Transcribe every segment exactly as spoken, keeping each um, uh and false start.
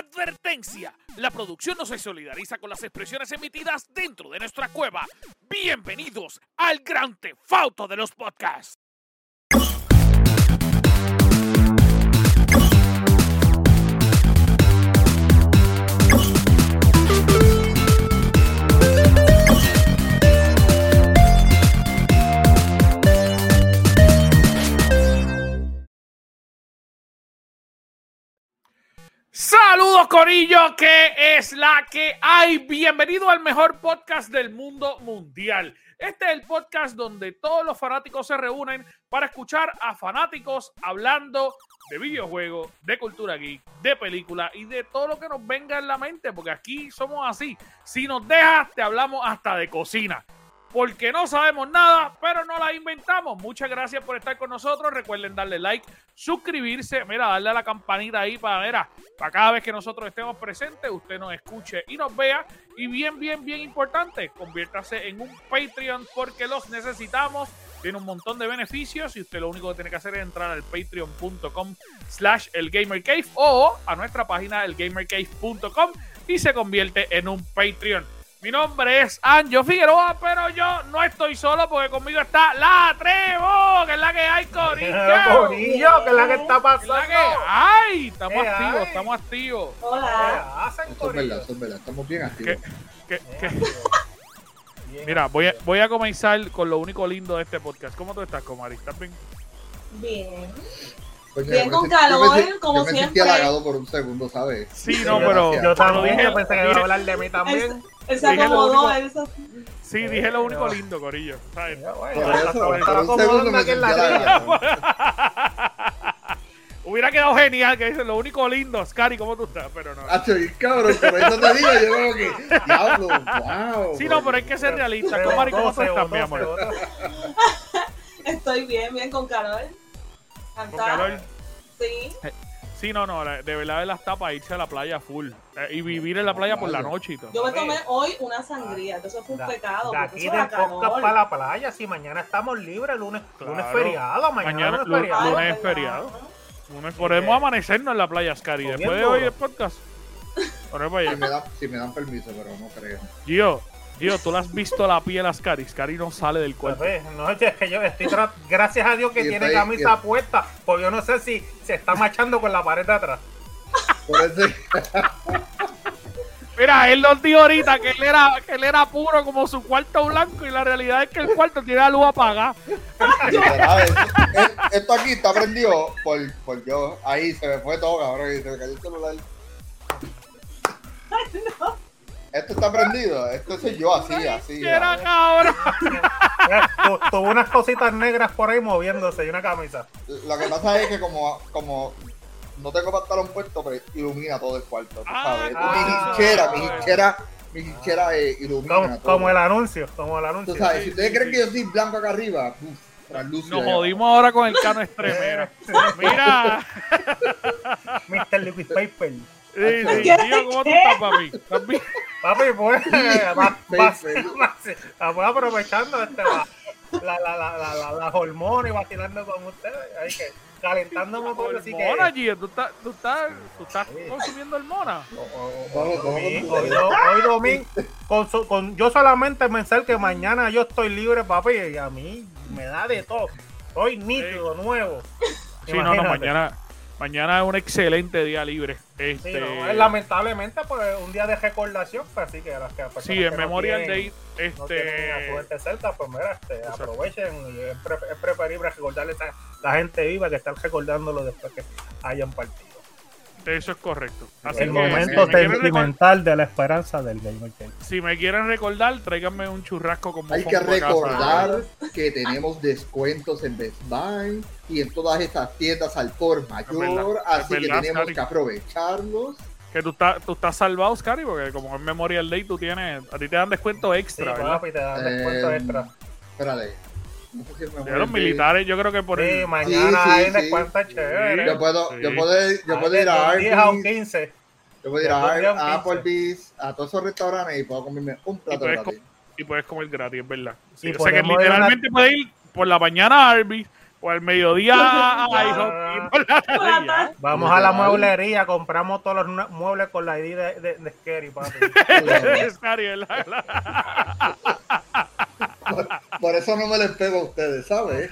Advertencia: la producción no se solidariza con las expresiones emitidas dentro de nuestra cueva. Bienvenidos al Gran Theft Auto de los podcasts. Saludos, corillo, que es la que hay. Bienvenido al mejor podcast del mundo mundial. Este es el podcast donde todos los fanáticos se reúnen para escuchar a fanáticos hablando de videojuegos, de cultura geek, de películas y de todo lo que nos venga en la mente, porque aquí somos así. Si nos dejas, te hablamos hasta de cocina. Porque no sabemos nada, pero no la inventamos. Muchas gracias por estar con nosotros. Recuerden darle like, suscribirse, mira, darle a la campanita ahí para, mira, para cada vez que nosotros estemos presentes, usted nos escuche y nos vea. Y bien, bien, bien importante, conviértase en un Patreon porque los necesitamos. Tiene un montón de beneficios y usted lo único que tiene que hacer es entrar al patreon.com slash elgamercave o a nuestra página elgamercave punto com y se convierte en un Patreon. Mi nombre es Anjo Figueroa, pero yo no estoy solo porque conmigo está la Trevo, que es la que hay, Corillo. Corillo, que es la que está pasando. Es la que hay. Estamos ¿Qué activos, hay? estamos activos. Hola. Hacen, Eso es verdad, eso es verdad. Estamos bien activos. ¿Qué, qué, qué? Mira, voy a, voy a comenzar con lo único lindo de este podcast. ¿Cómo tú estás, Comari? ¿Estás bien? Bien. Coño, Bien, yo con me sentí- calor, yo me sentí- como yo me sentí siempre. halagado por un segundo, ¿sabes? Sí, no, Muchas pero... gracias. Yo pero también, dije- yo pensé que iba a dije- hablar de mí también. Él se Dije lo acomodó. único- Él se... Sí, dije lo único lindo, Corillo. ¿Sabes? Ya, bueno, Por ya eso, está- por está un segundo acomodando me aquí en sentí la silla. halagado. Hubiera quedado genial que dice lo único lindo. Scary, ¿cómo tú estás? Pero no. Hacho, y cabrón, por eso te digo, yo como que, diablo, wow. Sí, no, pero hay que ser realista. Se Comari, ¿cómo botó, tú se estás, botó, mi se amor? botó. Estoy bien, bien, con calor. Con Cantar. calor. Sí. Sí, no, no, de verdad las tapas irse a la playa full eh, y vivir en la playa por la noche y todo. Yo me tomé hoy una sangría, entonces fue un De- pecado. De porque aquí eso del era calor. podcast para la playa, si mañana estamos libres, lunes, Claro. lunes feriado, mañana, Mañana, lunes lu- feriado. lunes Ay, es ¿verdad? feriado. Lunes podemos amanecernos en la playa, Scary. Bien Después de duro. hoy el podcast. Poner para Si allá. me, dan, si me dan permiso, pero no creo. Gio, Gio, tú le has visto la piel a Scary. Scary no sale del cuerpo. Pues, no, es que yo estoy tra- gracias a Dios que Y tiene estoy- camisa y- puesta, porque yo no sé si se está machando con la pared de atrás. Por eso, Mira, él nos dijo ahorita que él era que él era puro como su cuarto blanco y la realidad es que el cuarto tiene la luz apagada. literal, es- es- esto aquí está prendido por, por yo. Ahí se me fue todo, cabrón, y se me cayó el celular. Esto está prendido, esto soy yo así, así. Que era cabrón. cabrón. Eh, tu- Tuvo unas cositas negras por ahí moviéndose y una camisa. Lo que pasa es que como, como no tengo pantalón puesto, pero ilumina todo el cuarto, tú Ah, sabes. ah, mi hinchera, mi ah, hinchera, mi hinchera eh, ilumina Como, todo. como el anuncio, como el anuncio. Tú sabes, si ustedes sí, creen sí. que yo soy blanco acá arriba, uff, translúcido. Nos allá jodimos ahora con el cano extremera. Mira. mister Liquid Paper. Sí, sí. ¿Qué? Gio, ¿cómo tú estás, papi? ¿Estás bien? Papi, pues, va- va- Paper. va- voy aprovechando este, la, la, la, la, la, la, las hormonas y vacilando con ustedes. Ahí que calentándome por así que. Hormona, Gio. ¿Tú estás, tú estás, tú estás Sí. consumiendo hormona? Vamos, vamos, Domingo, vamos. hoy, do- hoy domingo, con, su- con, yo solamente pensar que mañana yo estoy libre, papi, y a mí me da de todo. Estoy nítido, nuevo. Sí, no, no, Imagínate. mañana, mañana es un excelente día libre. Sí, Este, no, es lamentablemente, pues un día de recordación, pues, así que las que las personas sí, que en no Memorial tienen- Day, no tienen a su este, gente cerca, pues mira, este, Exacto. aprovechen. y Es, pre- es preferible recordarle a la gente viva que estar recordándolo después que hayan partido. eso es correcto. Así El que, momento si me, quieren recor- sentimental de la esperanza del Gamer Game. si me quieren recordar, tráiganme un churrasco como Hay que recordar que tenemos descuentos en Best Buy y en todas estas tiendas al por mayor, Es verdad, así es que verdad, tenemos Scary. que aprovecharlos. Que tú estás, tú estás salvado, Scary, porque como es Memorial Day, tú tienes, a ti te dan descuento Sí, extra, ¿verdad? papi, te dan descuento Eh, extra. Espérate. No sé si me Ya los militares, yo creo que por Sí, el... mañana sí, hay sí. descuento chévere. Yo puedo, Sí. yo puedo, yo puedo ir a Hay de diez a un Arby's, quince. yo puedo ir a, de diez a un Ar- a quince. Applebee's, a todos esos restaurantes y puedo comerme un plato puedes gratis. y puedes comer gratis, es verdad. Sí, Y o sea que podemos ir a literalmente puedes ir por la mañana a Arby's, o al mediodía hay hockey por la tarde. Por la tarde. Vamos a la mueblería, compramos todos los muebles con la I D de, de, de Scary, papi. Es Ariel, la- la- Por, por eso no me les pego a ustedes, ¿sabes?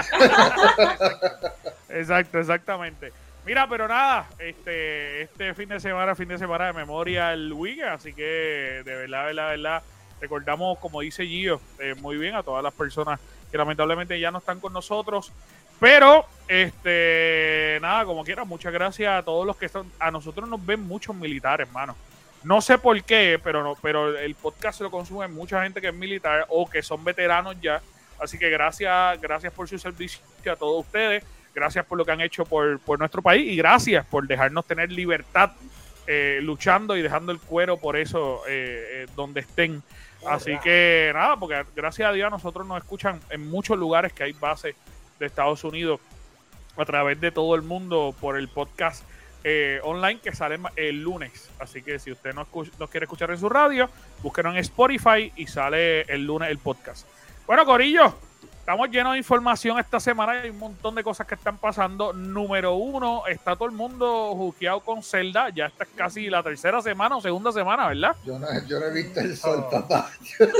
Exacto, exactamente. Mira, pero nada, este, este fin de semana, fin de semana de Memorial Weekend, así que de verdad, de verdad, de verdad, recordamos, como dice Gio, eh, muy bien a todas las personas que lamentablemente ya no están con nosotros, pero, este, nada, como quiera, muchas gracias a todos los que están, a nosotros nos ven muchos militares, hermano. No sé por qué, pero no, pero el podcast lo consume mucha gente que es militar o que son veteranos ya, así que gracias, gracias por su servicio a todos ustedes. Gracias por lo que han hecho por, por nuestro país y gracias por dejarnos tener libertad eh, luchando y dejando el cuero por eso eh, eh, donde estén. Así que nada, porque gracias a Dios a nosotros nos escuchan en muchos lugares que hay bases de Estados Unidos a través de todo el mundo por el podcast eh, online que sale el lunes. Así que si usted no escucha, nos quiere escuchar en su radio, búsquenos en Spotify y sale el lunes el podcast. Bueno, corillo, estamos llenos de información esta semana. Hay un montón de cosas que están pasando. Número uno, está todo el mundo juqueado con Zelda. Ya esta es casi la tercera semana o segunda semana, ¿verdad? Yo no, yo no he visto el sol, Oh. papá.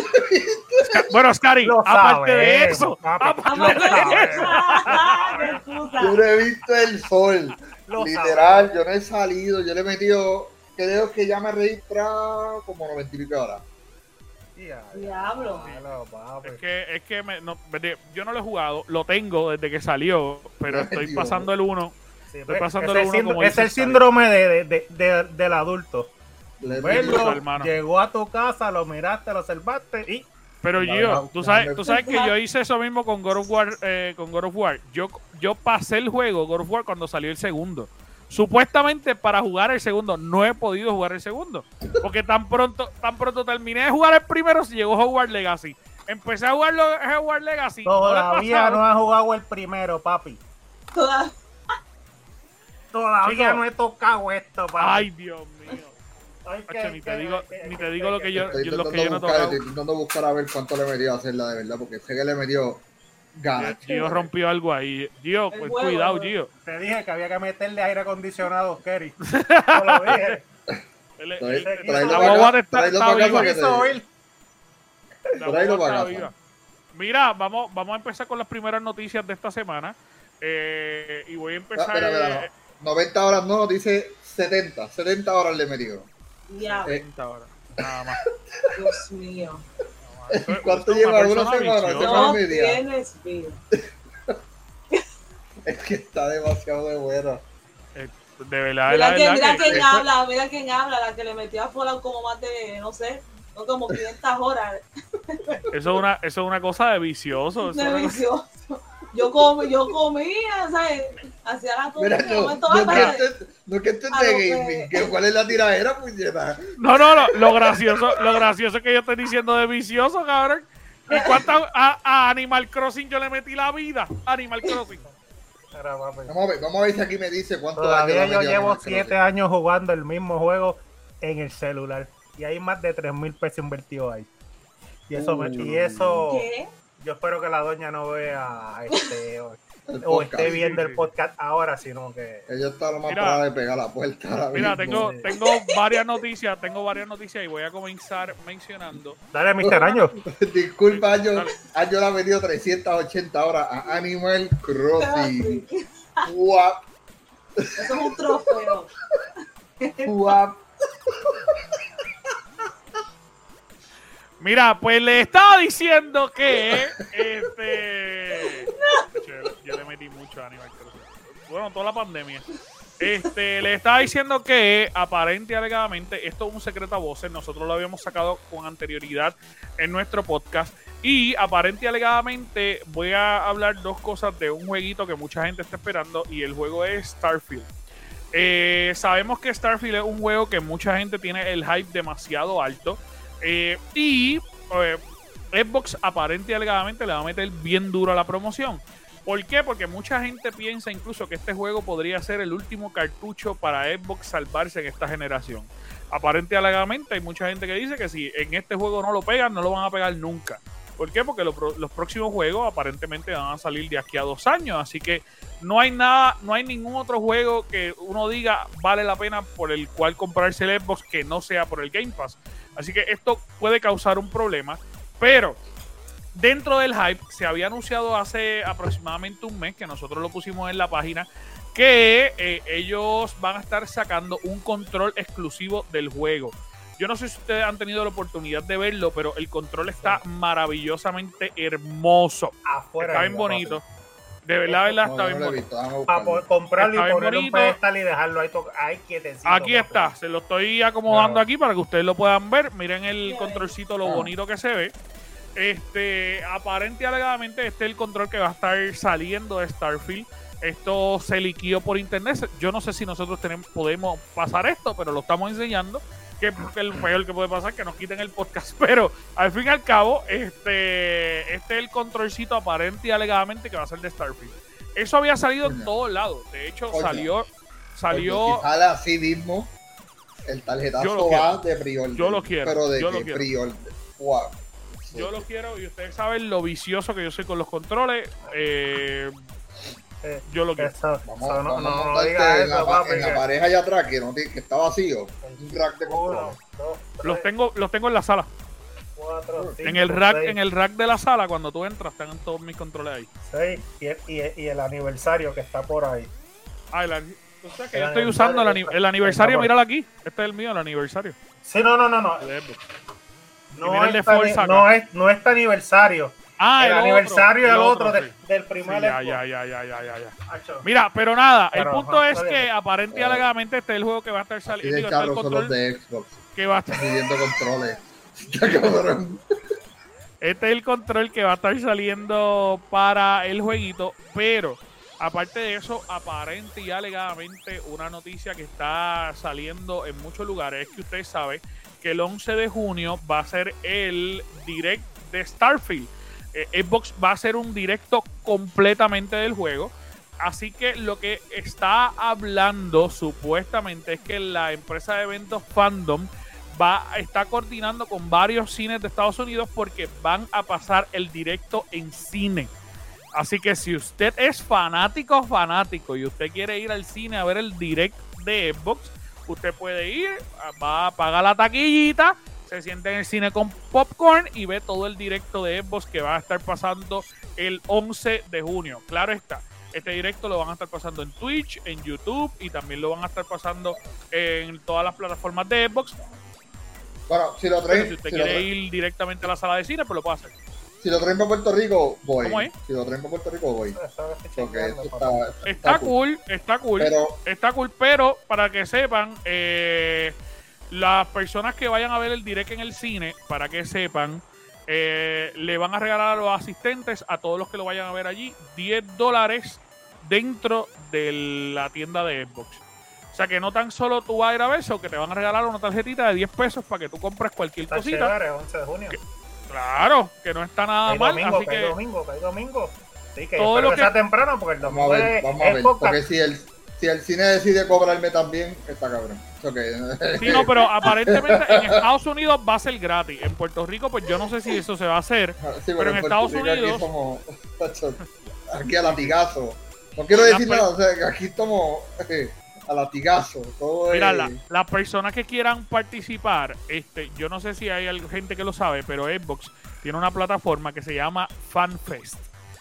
Bueno, Scary, Lo aparte de sabemos, eso, papi. aparte Vamos Lo a de ver. eso, ¡Qué excusa! Yo no he visto el sol. Lo Literal, yo no he salido. Yo le he metido, creo que ya me he registrado como noventa y pico horas. Ya, Diablo. diablo, papi. es que, es que me- no, de- yo no lo he jugado, lo tengo desde que salió, pero estoy Dios. pasando el uno. Sí, Estoy pues, pasando es el el, uno síndrome, como es dice el Scary. síndrome de, de, de- de- del adulto. Le he Verlo, metido- hermano. llegó a tu casa, lo miraste, lo observaste y Pero La Gio, verdad, tú la sabes, verdad. tú sabes que yo hice eso mismo con God of War, eh, con God of War. Yo, yo pasé el juego God of War cuando salió el segundo. Supuestamente para jugar el segundo, no he podido jugar el segundo. Porque tan pronto, tan pronto terminé de jugar el primero, se llegó Hogwarts Legacy. Empecé a jugar Hogwarts Legacy. no lo he todavía pasado. no ha jugado el primero, papi. Toda- Todavía Chico. no he tocado esto, papi. Ay, Dios mío. Ay, que- Macho, ni te que- digo, que- ni que- te digo lo que yo, Estoy yo- lo intentando que yo no he buscar, tocado. estoy intentando buscar a ver cuánto le metió a hacerla de verdad, porque sé que le metió ganas. Gio rompió algo ahí. Gio, El pues huevo, cuidado, el Gio. Te dije que había que meterle aire acondicionado, Kerry. Te lo dije. Él- él- Trae- él- tráelo la para guagua acá, está- tráelo está para acá viva. para que te- Quiso oír. La Tráelo guagua para está acá. viva. Mira, vamos, vamos a empezar con las primeras noticias de esta semana. Eh, y voy a Ah, empezar. espera, espera, eh, no. noventa horas no, dice setenta. setenta horas le metió. Diablo, Eh, treinta horas, nada más. Dios mío. Esto es- ¿Cuánto esto es lleva? persona Una semana, viciosa. semana No y media. tienes vida. Es que está demasiado de bueno. Eh, de verdad, de Mira, la quién, verdad mira que quién esto- habla, mira quién habla, la que le metió a Fallout como más de, no sé, no, como quinientas horas eso es una, eso es una cosa de vicioso. eso de es una- vicioso. Yo, com, yo comía, ¿sabes? Hacía la comida. Mira, de no, momento, no, ay, es que para- este, no es que este es a de lo que- gaming. que- ¿Cuál es la tiradera, puñeta? No, no, no, lo gracioso, lo gracioso es que yo estoy diciendo de vicioso, cabrón. ¿Y cuántas a, a Animal Crossing yo le metí la vida? Animal Crossing. Era, papi. Vamos a ver, vamos a ver si aquí me dice cuánto Todavía daño le yo metió a llevo Animal siete Crossing. años jugando el mismo juego en el celular. Y hay más de tres mil pesos invertidos ahí. Y eso, me- y eso ¿Qué? yo espero que la doña no vea este, o, El o podcast. esté viendo sí, el sí. podcast ahora, sino que Ella está lo más Mira. parada de pegar la puerta ahora Mira, mismo. tengo, tengo varias noticias, tengo varias noticias y voy a comenzar mencionando. dale, mister Año. Disculpa, Año, Dale. Año le ha metido trescientas ochenta horas a Animal Crossing. Eso Guap, es un trofeo. guap. Mira, pues le estaba diciendo que este yo, yo le metí mucho a Animal Crossing. Bueno, toda la pandemia. Este, le estaba diciendo que aparente y alegadamente, esto es un secreto a voces, nosotros lo habíamos sacado con anterioridad en nuestro podcast y aparente y alegadamente voy a hablar dos cosas de un jueguito que mucha gente está esperando y el juego es Starfield. Eh, sabemos que Starfield es un juego que mucha gente tiene el hype demasiado alto. Eh, y eh, Xbox aparente y alegadamente le va a meter bien duro a la promoción. ¿Por qué? Porque mucha gente piensa incluso que este juego podría ser el último cartucho para Xbox salvarse en esta generación. Aparente y alegadamente hay mucha gente que dice que si en este juego no lo pegan, no lo van a pegar nunca. ¿Por qué? Porque lo, los próximos juegos aparentemente van a salir de aquí a dos años. Así que no hay nada, no hay ningún otro juego que uno diga vale la pena por el cual comprarse el Xbox que no sea por el Game Pass. Así que esto puede causar un problema. Pero dentro del hype se había anunciado hace aproximadamente un mes, que nosotros lo pusimos en la página, que eh, ellos van a estar sacando un control exclusivo del juego. Yo no sé si ustedes han tenido la oportunidad de verlo, pero el control está maravillosamente hermoso. Afuera está bien bonito. De verdad, verdad, está bien bonito. Para poder comprarlo Está y bien ponerlo en un bonito. pedestal y dejarlo ahí, to- ahí quietecito. Aquí papi. está, se lo estoy acomodando Claro. aquí para que ustedes lo puedan ver. Miren el Bien. controlcito, lo Ah. bonito que se ve. Este, aparente y alegadamente, este es el control que va a estar saliendo de Starfield. Esto se liquió por internet. Yo no sé si nosotros tenemos, podemos pasar esto, pero lo estamos enseñando. Que es el peor que puede pasar, que nos quiten el podcast. Pero al fin y al cabo, este, este es el controlcito aparente y alegadamente que va a ser de Starfield. Eso había salido en Coño. todos lados. De hecho, Coño. salió, salió. Porque si sale así mismo, el Yo tarjetazo lo va de pre-order. Yo lo quiero, Pero de yo que lo quiero. pre-order. Wow. Yo lo quiero y ustedes saben lo vicioso que yo soy con los controles. Eh, Eh, yo lo quiero. Eso, Vamos, eso no, vamos no, a no montarte digas en, eso, la, pa- papi. en la que- pareja allá atrás que, no tiene- que está vacío. Un rack de Uno, controles. dos, Los tres, tengo, los tengo en la sala. cuatro, cinco, En el rack, seis, en el rack de la sala, cuando tú entras, están todos mis controles ahí. seis, y, el, y, el, y el aniversario que está por ahí. Ah, el, ani- o sea que El yo estoy usando el, ani- aniversario el aniversario, está- míralo aquí. Este es el mío, el aniversario. Sí, no, no, no, no. El de Xbox. Y No, mira el de está, Forza acá. no, es, no está aniversario. Ah, el, el aniversario otro, del el otro, otro, de- sí. del Sí, primer ya, Xbox. ya, ya, ya, ya, ya, ya. Acho. Mira, pero nada, el Pero, punto ajá, es está que bien. aparente y Eh, alegadamente este es el juego que va a estar Así saliendo. de Digo, este es el charros son los control de Xbox. que va a estar. Pidiendo controles. Está cabrón. Este es el control que va a estar saliendo para el jueguito, pero aparte de eso, aparente y alegadamente una noticia que está saliendo en muchos lugares es que ustedes saben que el once de junio va a ser el direct de Starfield. Eh, Xbox va a hacer un directo completamente del juego. Así que lo que está hablando supuestamente es que la empresa de eventos Fandom va está coordinando con varios cines de Estados Unidos porque van a pasar el directo en cine. Así que si usted es fanático fanático y usted quiere ir al cine a ver el direct de Xbox, usted puede ir, va a pagar la taquillita, se siente en el cine con popcorn y ve todo el directo de Xbox que va a estar pasando el once de junio. Claro está, este directo lo van a estar pasando en Twitch, en YouTube y también lo van a estar pasando en todas las plataformas de Xbox. Bueno, si lo Pero traen, si usted si lo quiere traen, ir directamente a la sala de cine, pues lo puede hacer. si lo traen para Puerto Rico, voy. ¿Cómo es? Si lo traen para Puerto Rico, voy. Eso lo estoy Porque chequeando, esto papá. está, Está cool, está cool. Pero Está cool, pero para que sepan, eh, las personas que vayan a ver el direct en el cine, para que sepan, eh, le van a regalar a los asistentes, a todos los que lo vayan a ver allí, diez dólares dentro de la tienda de Xbox. O sea que no tan solo tú vas a ir a ver eso, que te van a regalar una tarjetita de diez pesos para que tú compres cualquier Está cosita. chévere, once de junio. Claro, que no está nada Hay mal, domingo, así que hay que domingo, que hay domingo. Sí, que Todo espero lo que que- sea temprano porque el vamos a domingo ver, es, vamos a es ver. podcast. Porque si el, si el cine decide cobrarme también, está cabrón. Okay. sí, no, pero aparentemente en Estados Unidos va a ser gratis. En Puerto Rico, pues yo no sé si eso se va a hacer. Sí, Pero en Puerto Estados Rico Unidos- Aquí, somos, tacho, aquí a latigazo. No quiero La decir per- nada, o sea, que aquí estamos eh, a latigazo. Todo Mira, es- la- las personas que quieran participar, este, yo no sé si hay al- gente que lo sabe, pero Xbox tiene una plataforma que se llama FanFest,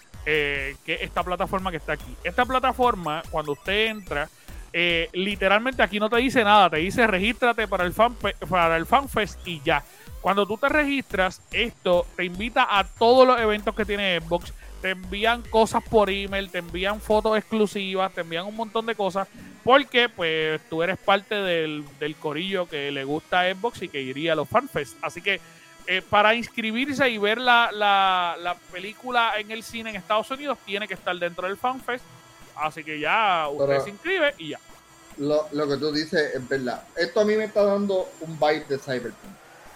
eh, que es esta plataforma que está aquí. Esta plataforma, cuando usted entra, eh, literalmente aquí no te dice nada, te dice regístrate para el, fan, para el FanFest y ya. Cuando tú te registras, esto te invita a todos los eventos que tiene Xbox, te envían cosas por email, te envían fotos exclusivas, te envían un montón de cosas, porque pues tú eres parte del, del corillo que le gusta a Xbox y que iría a los FanFest. Así que eh, para inscribirse y ver la, la, la película en el cine en Estados Unidos, tiene que estar dentro del FanFest. Así que ya usted Pero- se inscribe y ya. lo, lo que tú dices es verdad. Esto a mí me está dando un vibe de Cyberpunk.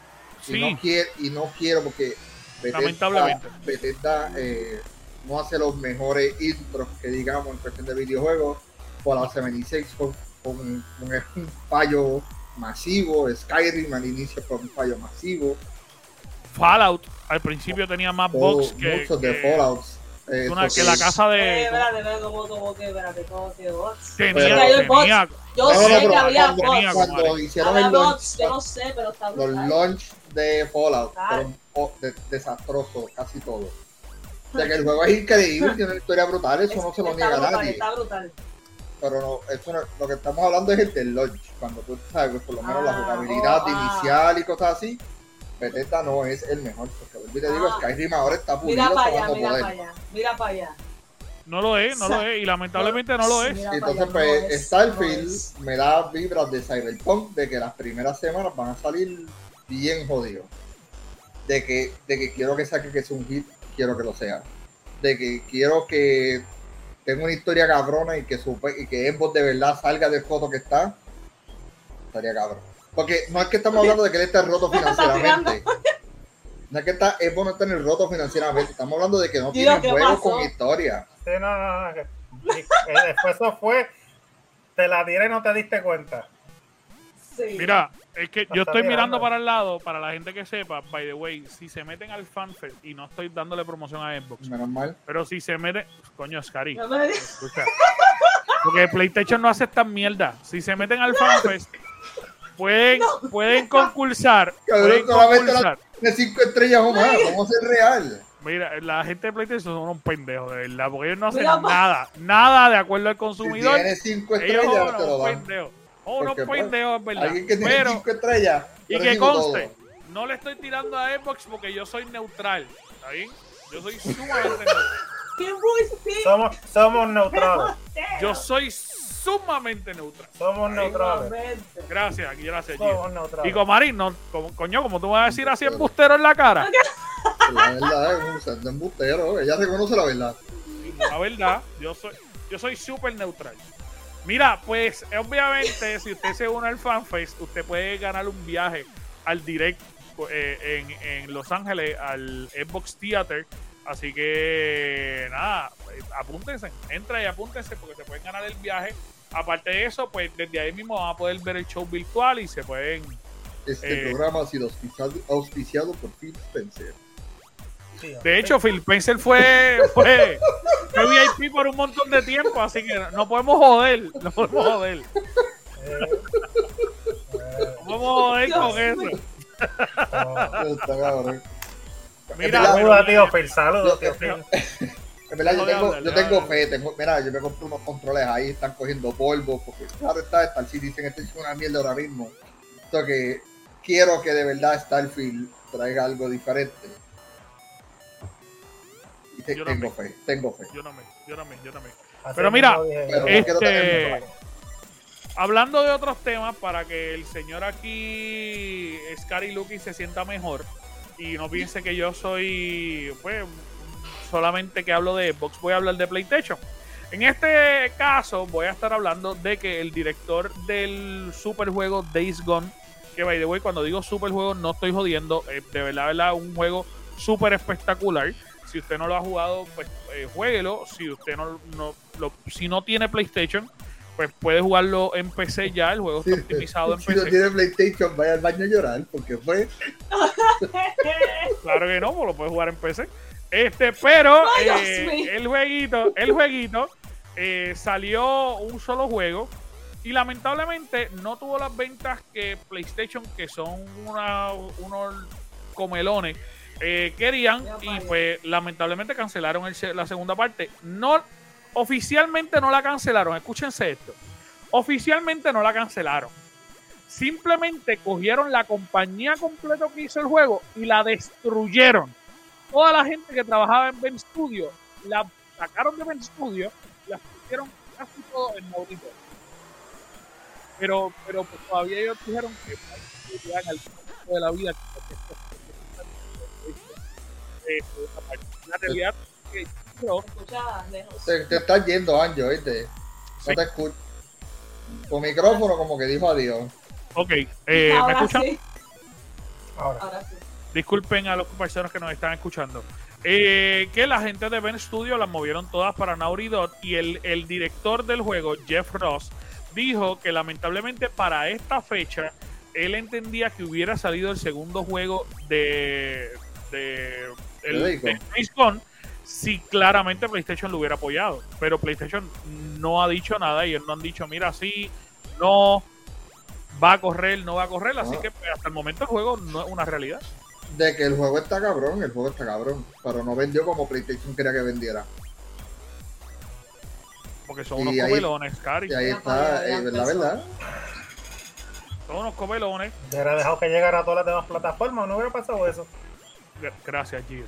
Y, Sí, no quiero, y no quiero porque Bethesda, Lamentablemente. Bethesda eh, no hace los mejores intros que digamos en cuestión de videojuegos. Fallout setenta y seis con, con, con un fallo masivo. Skyrim al inicio fue un fallo masivo. Fallout al principio tenía más Oh, box que, muchos que, de Fallout. Eh, una- eso que la sí. casa Eh, de... espérate, espérate, como, como que, espérate, como que bots. Tenía, Pero- Hay bots. tenía, Yo No, no, sé no, que pero había cuando, tenía, bots. cuando hicieron Había el launch, bots, yo no sé, pero está los brutal. launch de Fallout Ah. fueron oh, de- desastrosos, casi todo. De que el juego es increíble, tiene una historia brutal, eso no se lo Está niega a brutal, nadie. está brutal. Pero no, eso no- lo que estamos hablando es el del launch, cuando tú sabes, por lo menos la Ah, jugabilidad oh, ah. inicial y cosas así, Bethesda no es el mejor, porque vuelvo y te digo, Ah. Skyrim ahora está pulido Mira para hasta allá, más no mira poder. para allá, mira para allá. no lo es, no lo es, y lamentablemente no lo es. Mira Y para entonces, allá, no pues, es, Starfield no es. me da vibras de Cyberpunk, de que las primeras semanas van a salir bien jodidos. De que, de que quiero que saque que es un hit, quiero que lo sea. De que quiero que tenga una historia cabrona y que, supe, y que Xbox de verdad salga del foto que está. Estaría cabrón. Porque no es que estamos hablando de que él esté roto financieramente. No es que está, Xbox no está en el roto financieramente. Estamos hablando de que no Dios, tiene ¿qué juegos pasó? con historia. Sí, no, no, no. que- eh, Después eso fue. Te la tiré y no te diste cuenta. Sí. Mira, es que Lo yo está estoy mirando mirando. para el lado, para la gente que sepa, by the way, si se meten al FanFest, y no estoy dándole promoción a Xbox, Menos mal. pero si se meten, coño, Scary, No me- escucha, porque PlayStation no hace esta mierda. Si se meten al FanFest, pueden, pueden concursar, Cabrón, pueden solamente la- concursar. De cinco estrellas o más, vamos a ser real. Mira, la gente de PlayStation son unos pendejos, de verdad, porque ellos no hacen Mira, pa- nada, nada de acuerdo al Si consumidor. tienes cinco Ellos estrellas, son te lo unos dan. pendejos. Son unos Porque, pues, pendejos, es verdad. Alguien que tiene Pero, cinco estrellas. y yo que recibo conste, todo. no le estoy tirando a Xbox porque yo soy neutral. ¿Está bien? Yo soy sumamente neutral. ¿Qué voy sí? Somos, somos neutrales. Yo soy sumamente neutral. Somos neutrales. Igualmente. Gracias, gracias, Gio. Somos neutrales. Y Comarín, no, como, coño, como tú vas a decir así embustero en la cara. La verdad es un santo embustero. Ella reconoce la verdad. La verdad, yo soy yo soy súper neutral. Mira, pues obviamente si usted se une al FanFest, usted puede ganar un viaje al Direct eh, en, en Los Ángeles, al Xbox Theater. Así que nada, apúntense, entra y apúntense porque se pueden ganar el viaje. Aparte de eso, pues desde ahí mismo van a poder ver el show virtual y se pueden... Este Eh. programa ha sido auspiciado, auspiciado por Phil Spencer. Sí, De hecho, Phil Spencer fue, fue, fue V I P por un montón de tiempo, así que no podemos joder, no podemos joder, eh, no podemos joder Dios con eso. mío. no. Está cabrón. Mira, Saludos, pero- tío Phil. Saludos, tío Yo- Phil. En verdad, yo Déjame tengo, hablar, yo déjame tengo hablar. fe. Tengo, mira, yo me compré unos controles ahí, están cogiendo polvo. Porque claro está, Star Citizen este es una mierda ahora mismo. Esto que quiero que de verdad Starfield traiga algo diferente. Y te- Yo tengo también. fe, tengo fe. Yo también, yo también, yo también. Así Pero mismo mira, dije yo. Pero no Este- quiero tener Hablando de otros temas, para que el señor aquí, Scary Lucky, se sienta mejor y no piense que yo soy, pues, solamente que hablo de Xbox, voy a hablar de PlayStation. En este caso, voy a estar hablando de que el director del superjuego Days Gone, que by the way, cuando digo superjuego, no estoy jodiendo, eh, de verdad, verdad, un juego súper espectacular. Si usted no lo ha jugado, pues eh, juéguelo. Si usted no, no lo, si no tiene PlayStation, pues puede jugarlo en P C ya. El juego está optimizado en Si no P C. tiene PlayStation, vaya al baño a llorar. Porque fue. Claro que no, pues lo puede jugar en P C. Este, pero Ay, Dios eh, mío. el jueguito, el jueguito eh, salió un solo juego y lamentablemente no tuvo las ventas que PlayStation, que son una, unos comelones, eh, querían, Ya y vaya. pues lamentablemente cancelaron el se- la segunda parte. No, oficialmente no la cancelaron, escúchense esto. Oficialmente no la cancelaron. Simplemente cogieron la compañía completa que hizo el juego y la destruyeron. Toda la gente que trabajaba en Ben Studio la sacaron de Ben Studio y la pusieron casi todo en Maurito. Pero, pero pues, todavía ellos dijeron que hay que llegar al punto de la vida que eh, esa parte. La realidad es que yo, Escucha, lejos. Te, te estás yendo, Anjo, ¿viste? No Sí. te escucho. Tu micrófono, como que dijo adiós. ok, eh, ¿me Ahora escuchan? sí, Ahora. ahora sí. Disculpen a los personas que nos están escuchando. Eh, que la gente de Ben Studio las movieron todas para Naughty Dog y el, el director del juego, Jeff Ross, dijo que lamentablemente para esta fecha él entendía que hubiera salido el segundo juego de, de, ¿De el, Days de Gone? Days Gone si claramente PlayStation lo hubiera apoyado. Pero PlayStation no ha dicho nada y ellos no han dicho, mira, sí, no, va a correr, no va a correr. Así Ah. que pues, hasta el momento el juego no es una realidad. De que el juego está cabrón, el juego está cabrón, pero no vendió como PlayStation quería que vendiera. Porque son Y unos ahí- comelones, Cari. Y ahí Ya, está, ya, ya eh, la empezó. verdad. Son unos comelones. Yo hubiera dejado que llegara a todas las demás plataformas, no hubiera pasado eso. Gra- Gracias, Gio.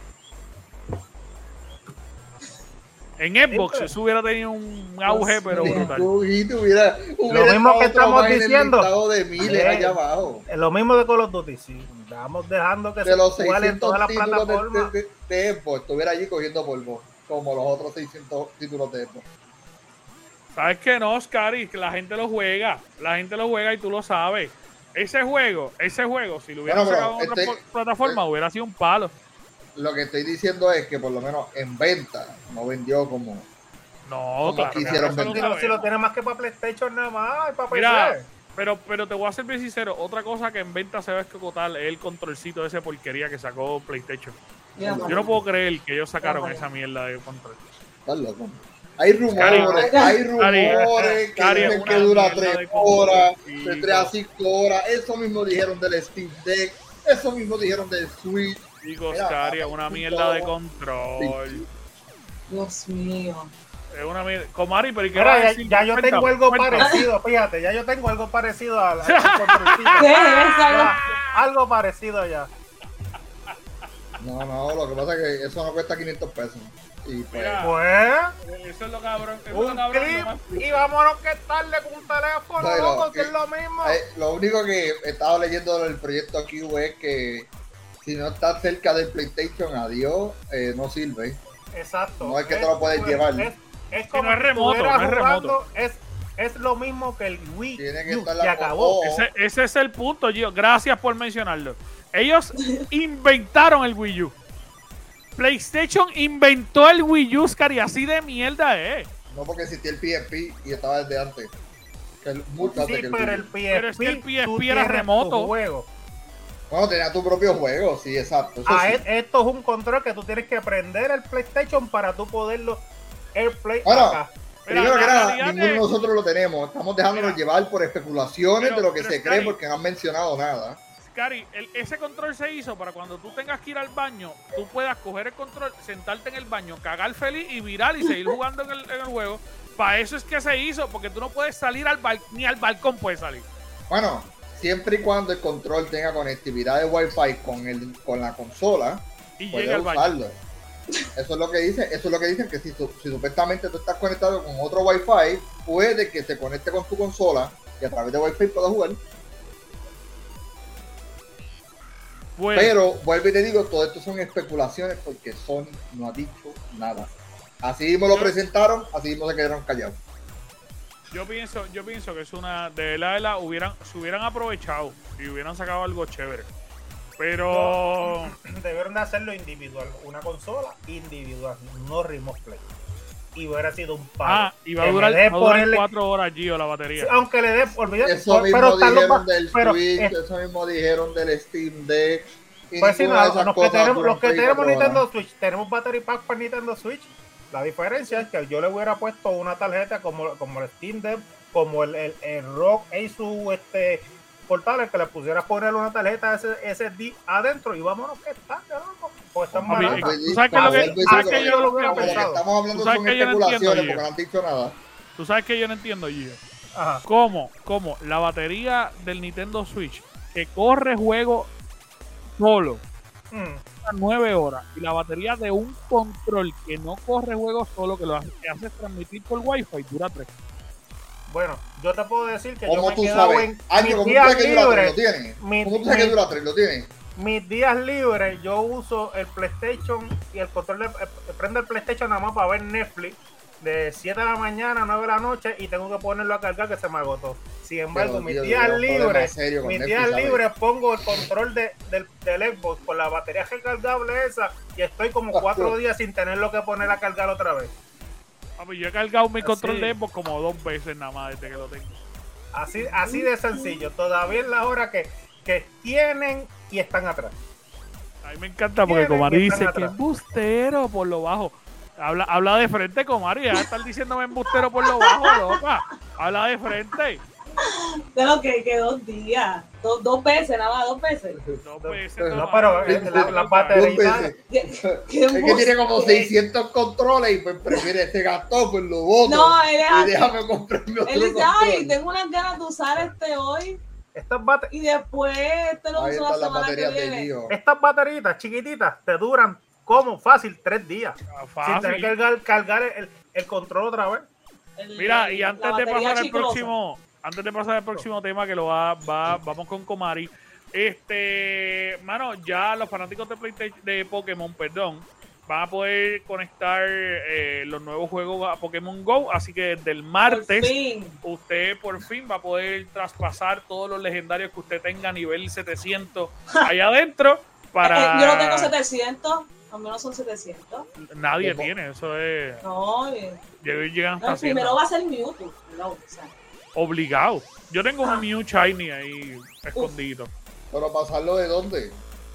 En Xbox pero- eso hubiera tenido un auge, pero mío. brutal. Tú, y tú hubiera, hubiera mismo estado que otro estamos más en el diciendo. listado de miles Eh. allá abajo. Es lo mismo de Call of Duty, sí. Estamos dejando que De se los juegue en seiscientos todas las títulos de, plataformas. de, de, de Xbox, estuviera allí cogiendo polvo, como los otros seiscientos títulos de Xbox. ¿Sabes qué no, Scary? Que la gente lo juega. La gente lo juega y tú lo sabes. Ese juego, ese juego, si lo hubieran Bueno, pero sacado en otra este- po- plataforma, hubiera sido un palo. Lo que estoy diciendo es que por lo menos en venta no vendió como... No, Como claro. quisieron eso lo vender. Si lo, si lo sabemos. tiene más que para PlayStation nada más, y para Mira, P C. pero, pero te voy a ser bien sincero. Otra cosa que en venta se va a escocotar es el controlcito de ese porquería que sacó PlayStation. Mira, Yo no puedo creer que ellos sacaron Mira, esa mierda de control. Estás loco. Hay rumores, Cari, hay Cari, rumores que Cari, dicen una que dura mierda tres de horas, controlcito. de tres a cinco horas. Eso mismo dijeron del Steam Deck, eso mismo dijeron del Switch. Chicos, Mira, Cari, es una sí, mierda de todo. control. Dios mío. Es una mierda. Comari, pero ¿y qué Mira, vas a ya, decir? ya yo Cuéntame, tengo algo cuéntame. parecido, fíjate, ya yo tengo algo parecido al, al controlcito. ¿Qué es eso? Ya, algo parecido ya. No, no, lo que pasa es que eso no cuesta quinientos pesos. Y pues, Mira. Pues, Eso es lo cabrón. Eso es un lo cabrón. clip nomás. y vámonos que tarde con un teléfono, No, loco, no, que eh, es lo mismo. eh, lo único que he estado leyendo del proyecto Q es que si no está cerca del PlayStation, adiós, eh, no sirve. Exacto. no es que te lo puedes es- llevar. Es, es Que como no es si remoto, estuvieras no es jugando, remoto. Es, es lo mismo que el Wii Tiene que U, estar se la acabó. o- Ese, ese es el punto, Gio. Gracias por mencionarlo. Ellos inventaron el Wii U. PlayStation inventó el Wii U, Scary, así de mierda es. No porque existía el P S P y estaba desde antes. Que el- mucho antes Sí, que el pero Wii el U. P S P, Pero es que el P S P tú era tienes remoto. tu juego. Bueno, tenía tu propio juego, sí, exacto. Eso Ah, sí. es- esto es un control que tú tienes que prender el PlayStation para tú poderlo AirPlay Bueno, acá. Mira, Primero que la nada, realidad ninguno de es- nosotros lo tenemos. Estamos dejándonos Mira. llevar por especulaciones Pero- de lo que pero se es cree que- porque no han mencionado nada. Scary, el- ese control se hizo para cuando tú tengas que ir al baño, tú puedas coger el control, sentarte en el baño, cagar feliz y virar y seguir jugando en el, en el juego. Para eso es que se hizo, porque tú no puedes salir al bal ni al balcón puedes salir. Bueno, siempre y cuando el control tenga conectividad de Wi-Fi con el con la consola, Y puedes llega al baño. usarlo. Eso es lo que dicen, eso es lo que dicen que si, su- si supuestamente tú estás conectado con otro Wi-Fi, puede que se conecte con tu consola y a través de Wi-Fi puedas jugar. Bueno, Pero vuelvo y te digo, todo esto son especulaciones porque Sony no ha dicho nada. Así mismo lo presentaron, así mismo se quedaron callados. yo pienso, yo pienso que es una de la de la hubieran, se hubieran aprovechado y hubieran sacado algo chévere. Pero Debieron de hacerlo individual. Una consola individual, no Remote Play. Y hubiera sido un palo. ah, y va a Que me durar, dé va a durar ponerle- cuatro horas, Gio, la batería. Sí, aunque le dé, olvídate, Eso mismo pero están los dijeron ba- del pero, Switch, eh, eso mismo dijeron del Steam Deck. Y pues sí, ninguna de no, esas los que cosas tenemos, duran los que veinticuatro tenemos Nintendo horas. Switch, tenemos battery pack para Nintendo Switch. La diferencia es que yo le hubiera puesto una tarjeta como, como el Steam Deck, como el, el, el Rock Asus este, portable, que le pusieras poner una tarjeta S S D adentro y vámonos que está, loco. Pues están Papi, baratas. ¿tú sabes qué es lo que- Vuelvo y sabes digo, que yo- como hubiera lo que pensado? estamos hablando Tú sabes son que yo no entiendo, especulaciones Gio. porque no han dicho nada. Tú sabes que yo no entiendo, Gio. Ajá. ¿Cómo? ¿Cómo? La batería del Nintendo Switch que corre juego solo Mm. a nueve horas y la batería de un control que no corre juego solo, que lo hace, que hace transmitir por Wi-Fi, dura tres. Bueno, yo te puedo decir que yo ¿Cómo me he tú quedado sabes? en Año, mis ¿cómo tú días sabes que dura tres? ¿Lo libres. tienes? Mi- ¿Cómo tú sabes que mi- dura tres? ¿Lo tienes? Mis días libres yo uso el PlayStation y el control de, eh, prendo el PlayStation nada más para ver Netflix de siete de la mañana a nueve de la noche y tengo que ponerlo a cargar que se me agotó. Sin embargo, Pero, mis tío, días yo tengo un problema libres, serio con mis Netflix, días ¿sabes? libres pongo el control de, del, del Xbox con la batería recargable esa y estoy como cuatro días sin tenerlo que poner a cargar otra vez. Papi, yo he cargado mi Así. control de Xbox como dos veces nada más desde que lo tengo. Así, así de sencillo. Todavía es la hora que, que tienen y están atrás. Está mí me encanta porque Tienen Comari que dice estar que atrás. embustero por lo bajo. Habla, habla de frente, Comari. Ya estar diciéndome embustero por lo bajo, loca. Habla de frente. De lo que, que dos días. Dos, dos veces, nada más, dos veces. No, pues, No, nada pero, más. eh, la- la Dos batería- veces. ¿Qué, qué Es que tiene como embuste. seiscientos controles y pues prefiere este gastón, pues lo voto. No, él es y así. déjame comprarme otro Él dice, ay, control. tengo unas ganas de usar este hoy Estas, bate- y después este lo Ahí uso la están las semana que baterías de viene. lío. estas bateritas chiquititas te duran como fácil tres días. Ah, Sin tener que fácil. cargar, cargar el, el control otra vez. El- Mira, y la antes de batería pasar al chiclosa. próximo, antes de pasar al próximo tema que lo va, va vamos con Comari. Este, mano, ya los fanáticos de PlayStation, de Pokémon, perdón, van a poder conectar eh, los nuevos juegos a Pokémon Go, así que desde el Por martes fin. usted por fin va a poder traspasar todos los legendarios que usted tenga a nivel setecientos allá adentro para Eh, yo no tengo setecientos, al menos son setecientos. nadie ¿Cómo? tiene, eso es No, eh, llegan llegan no, el hasta primero cien, va a ser Mewtwo. No, o sea, obligado. Yo tengo Ah. un Mew Shiny ahí escondido. Pero pasarlo de dónde?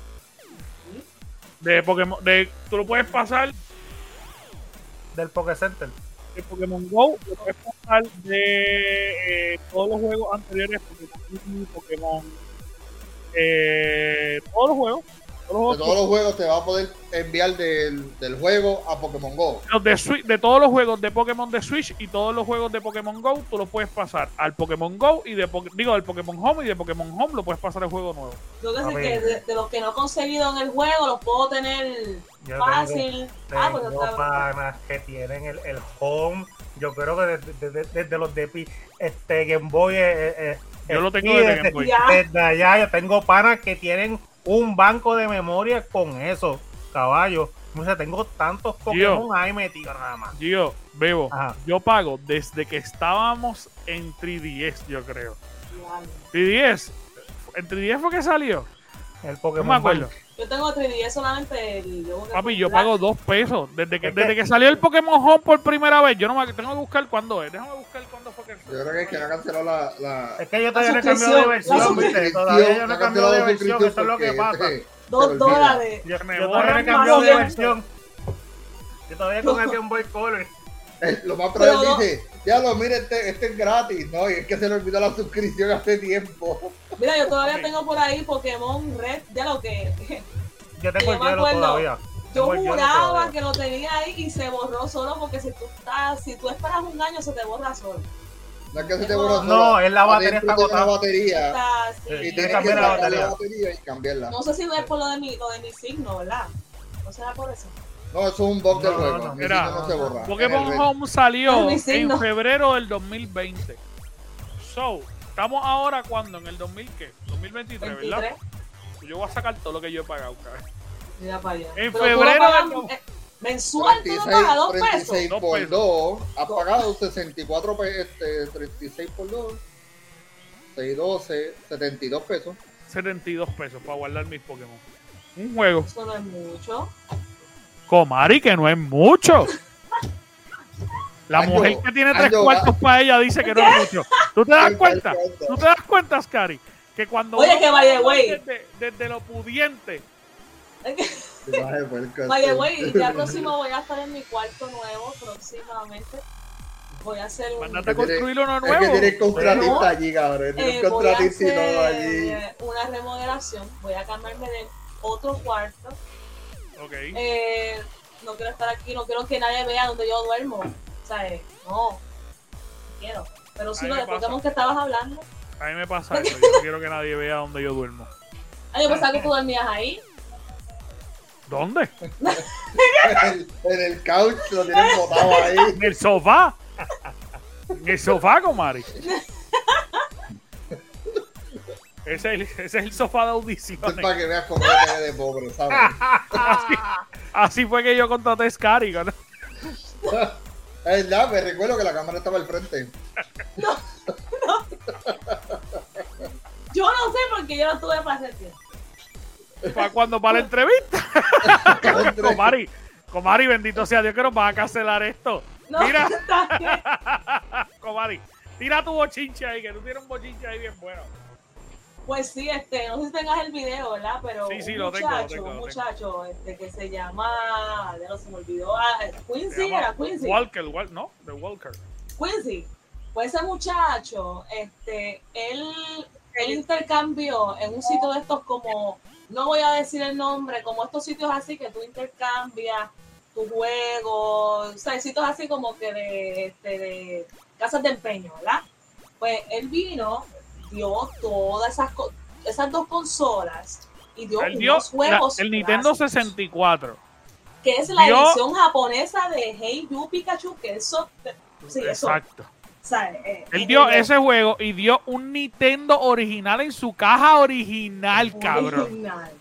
De Pokémon, de, tú lo puedes pasar Del Poké Center. de Pokémon Go, lo puedes pasar de eh, todos los juegos anteriores, Pokémon, Pokémon eh, todos los juegos, todos los De juegos, todos los juegos te va a poder enviar del, del juego a Pokémon Go. los de, Switch, de todos los juegos de Pokémon de Switch y todos los juegos de Pokémon Go, tú los puedes pasar al Pokémon Go y de Poké- digo del Pokémon Home y de Pokémon Home lo puedes pasar al juego nuevo. yo que A sé ver. que de, de los que no he conseguido en el juego los puedo tener Yo fácil. Ah, pues Tengo está panas que tienen el, el home. Yo creo que desde, desde- desde los de Pi- este Game Boy. eh, eh, Yo lo eh, tengo y desde desde- Game Boy. Ya. Desde allá yo tengo panas que tienen un banco de memoria con eso, caballo. O sea, tengo tantos Pokémon ahí metidos nada más. Gio, Bebo, Ajá. yo pago desde que estábamos en tres D S, yo creo. Diablo. tres D S, ¿en tres D S fue que salió? El No Pokémon me acuerdo. Bank. Yo tengo tres D S solamente el. yo- Papi, yo la- pago dos pesos. Desde que, Es que- desde que salió el Pokémon Home por primera vez, yo no me tengo que buscar cuándo es. Déjame buscar cuándo fue que Yo creo que es que no canceló la. la Es que yo todavía no he La cambiado de suscripción, la versión, ¿viste? suscripción. Todavía yo no he ha cambiado de cancelado versión, eso es lo que porque, pasa. eh, Dos se olvida. dólares. Yo, Me yo borran todavía no he más cambiado de tiempo. versión. Yo todavía con el Game Boy Color. Eh, Lo más probable Pero no- dice, ya lo mire, este, este es gratis, ¿no? Y es que se le olvidó la suscripción hace tiempo. Mira, yo todavía Ok. tengo por ahí Pokémon Red, ya lo que. Yo tengo el Yo me hielo acuerdo. todavía. Yo Tengo el hielo juraba todavía. que lo tenía ahí y se borró solo porque si tú estás, si tú esperas un año se te borra solo. No es que se te No, borra no, sola, es la batería adentro está tiene una agotada. batería Está, sí. Sí, y tienes tienes que que cambiar la sacar la batería. batería y cambiarla. No sé si es por lo de mi, lo de mi signo, ¿verdad? No será por eso. No, eso es un bug del No, juego. no, Mi mira, signo no se borra. Pokémon En el red. Home salió Es mi en signo. febrero del dos mil veinte. So, estamos ahora cuando en el dos mil qué? dos mil veintitrés, ¿verdad? veintitrés. Yo voy a sacar todo lo que yo he pagado, cabrón. Mira para allá. En Pero tú lo febrero pagas, del- eh, mensual tú lo pagas dos treinta y seis pesos. Dos por pesos. dos, ha pagado sesenta y cuatro, pe- este, treinta y seis por dos, seis, doce, setenta y dos pesos. setenta y dos pesos para guardar mis Pokémon. Un juego. Eso no es mucho. Comari, que no es mucho. La Anjo, mujer que tiene tres Anjo, cuartos para ella dice que no es mucho. ¿Tú te das Sí, cuenta? perfecto. ¿Tú te das cuenta, Scary? Que cuando Oye, uno que by the paga way. desde, desde lo pudiente, Vaya, güey, ya próximo voy a estar en mi cuarto nuevo, próximamente. Voy a hacer un... mandate a que tiene- construir uno Es que nuevo. tienes contratista No. allí, cabrón. Tienes Eh, un voy a contratista y todo allí. hacer una remodelación. Voy a cambiarme de otro cuarto. Ok. Eh, no quiero estar aquí, no quiero que nadie vea donde yo duermo. O sea, eh, no, no quiero. Pero sí A mí lo me de pasa. Pokémon que estabas hablando. A mí me pasa eso. Yo no quiero que nadie vea donde yo duermo. Ay, yo pensaba que tú dormías ahí. ¿Dónde? En el, en el couch lo tienes botado ahí. En el sofá. En el sofá, Comari. Ese es el, ese es el sofá de Esto es audiciones. para que veas cómo yo te ve de pobre, ¿sabes? Así, así fue que yo contraté a Scary. ¿no? Es verdad, me recuerdo que la cámara estaba al frente. Yo no sé porque yo no tuve para ese tiempo. Para cuando para la entrevista. Contra- Comari, Comari, bendito sea Dios que nos van a cancelar esto. No, Mira. está bien. Comari, tira tu bochinche ahí, que tú tienes un bochinche ahí bien bueno. Pues sí, este, no sé si tengas el video, ¿verdad? Pero Sí, sí, un lo tengo, lo muchacho, tengo, lo un tengo. muchacho este, que se llama, ya no se me olvidó, ah, Quincy, Se llama era Quincy. Walker, Wal- no, de Walker. Quincy. Pues ese muchacho, este, él, él intercambió en un sitio de estos como, no voy a decir el nombre, como estos sitios así que tú intercambias tu juego, o sea, sitios así como que de, este, de casas de empeño, ¿verdad? Pues él vino, dio todas esas, co- esas dos consolas y dio Él dio unos la- juegos el Nintendo clásicos, sesenta y cuatro. que es la dio- edición japonesa de Hey You Pikachu, que eso, sí, eso, Exacto. o sea, eh, Él eh, dio eh, ese juego y dio un Nintendo original en su caja original, cabrón. original.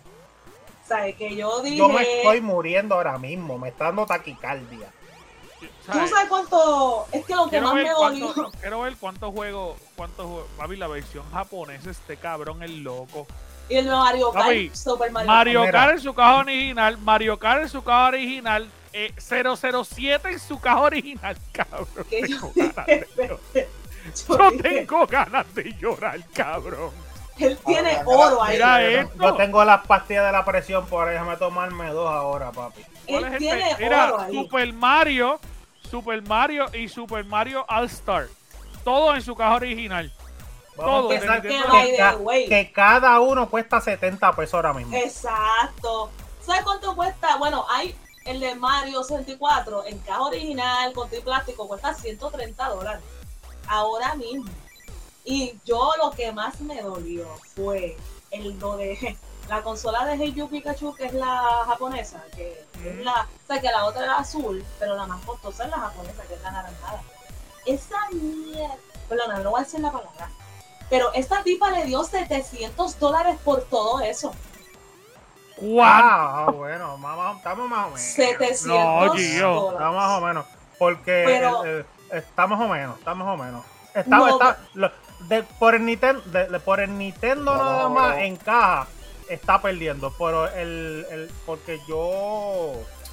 O sea, que yo dije, Yo me estoy muriendo ahora mismo, me está dando taquicardia. ¿tú sabes cuánto? Es que lo que Quiero más ver, me dolió, cuánto, quiero ver cuántos juegos, cuántos juegos. Papi, la versión japonesa, este cabrón es loco. y el Mario Kart, Papi, Super Mario, Mario Mira. Kart en su caja original, Mario Kart en su caja original, eh, cero cero siete en su caja original, cabrón. Kart, que yo Tengo ganas de llorar. yo Yo dije, tengo ganas de llorar, cabrón. él tiene Ahora, oro ahí. Mira Yo- esto. Yo tengo las pastillas de la presión, por ahí déjame tomarme dos ahora, papi. ¿Cuál Él es tiene este? Mira, oro ahí. Super Mario, Super Mario y Super Mario All Star. Todo en su caja original. Vamos Todo a de pensar que, Nintendo. by que the ca- way. que cada uno cuesta setenta pesos ahora mismo. Exacto. ¿Sabes cuánto cuesta? Bueno, hay el de Mario sesenta y cuatro en caja original, con todo y plástico, cuesta ciento treinta dólares. Ahora mismo. Y yo lo que más me dolió fue el lo de la consola de Hey You Pikachu, que es la japonesa, que es la, o sea, que la otra era azul, pero la más costosa es la japonesa, que es la naranjada. Esa mierda, perdona, no voy a decir la palabra, pero esta tipa le dio setecientos dólares por todo eso. ¿Cuánto? Ah, bueno, más- estamos más o menos. setecientos No, Gio. dólares. Estamos más o menos. Porque Pero- el- el- está más o menos, está más o menos. Está, No, está- lo- de- por el Nintendo, de- de- por el Nintendo No, nada no, más no. en caja está perdiendo. Pero el, el porque yo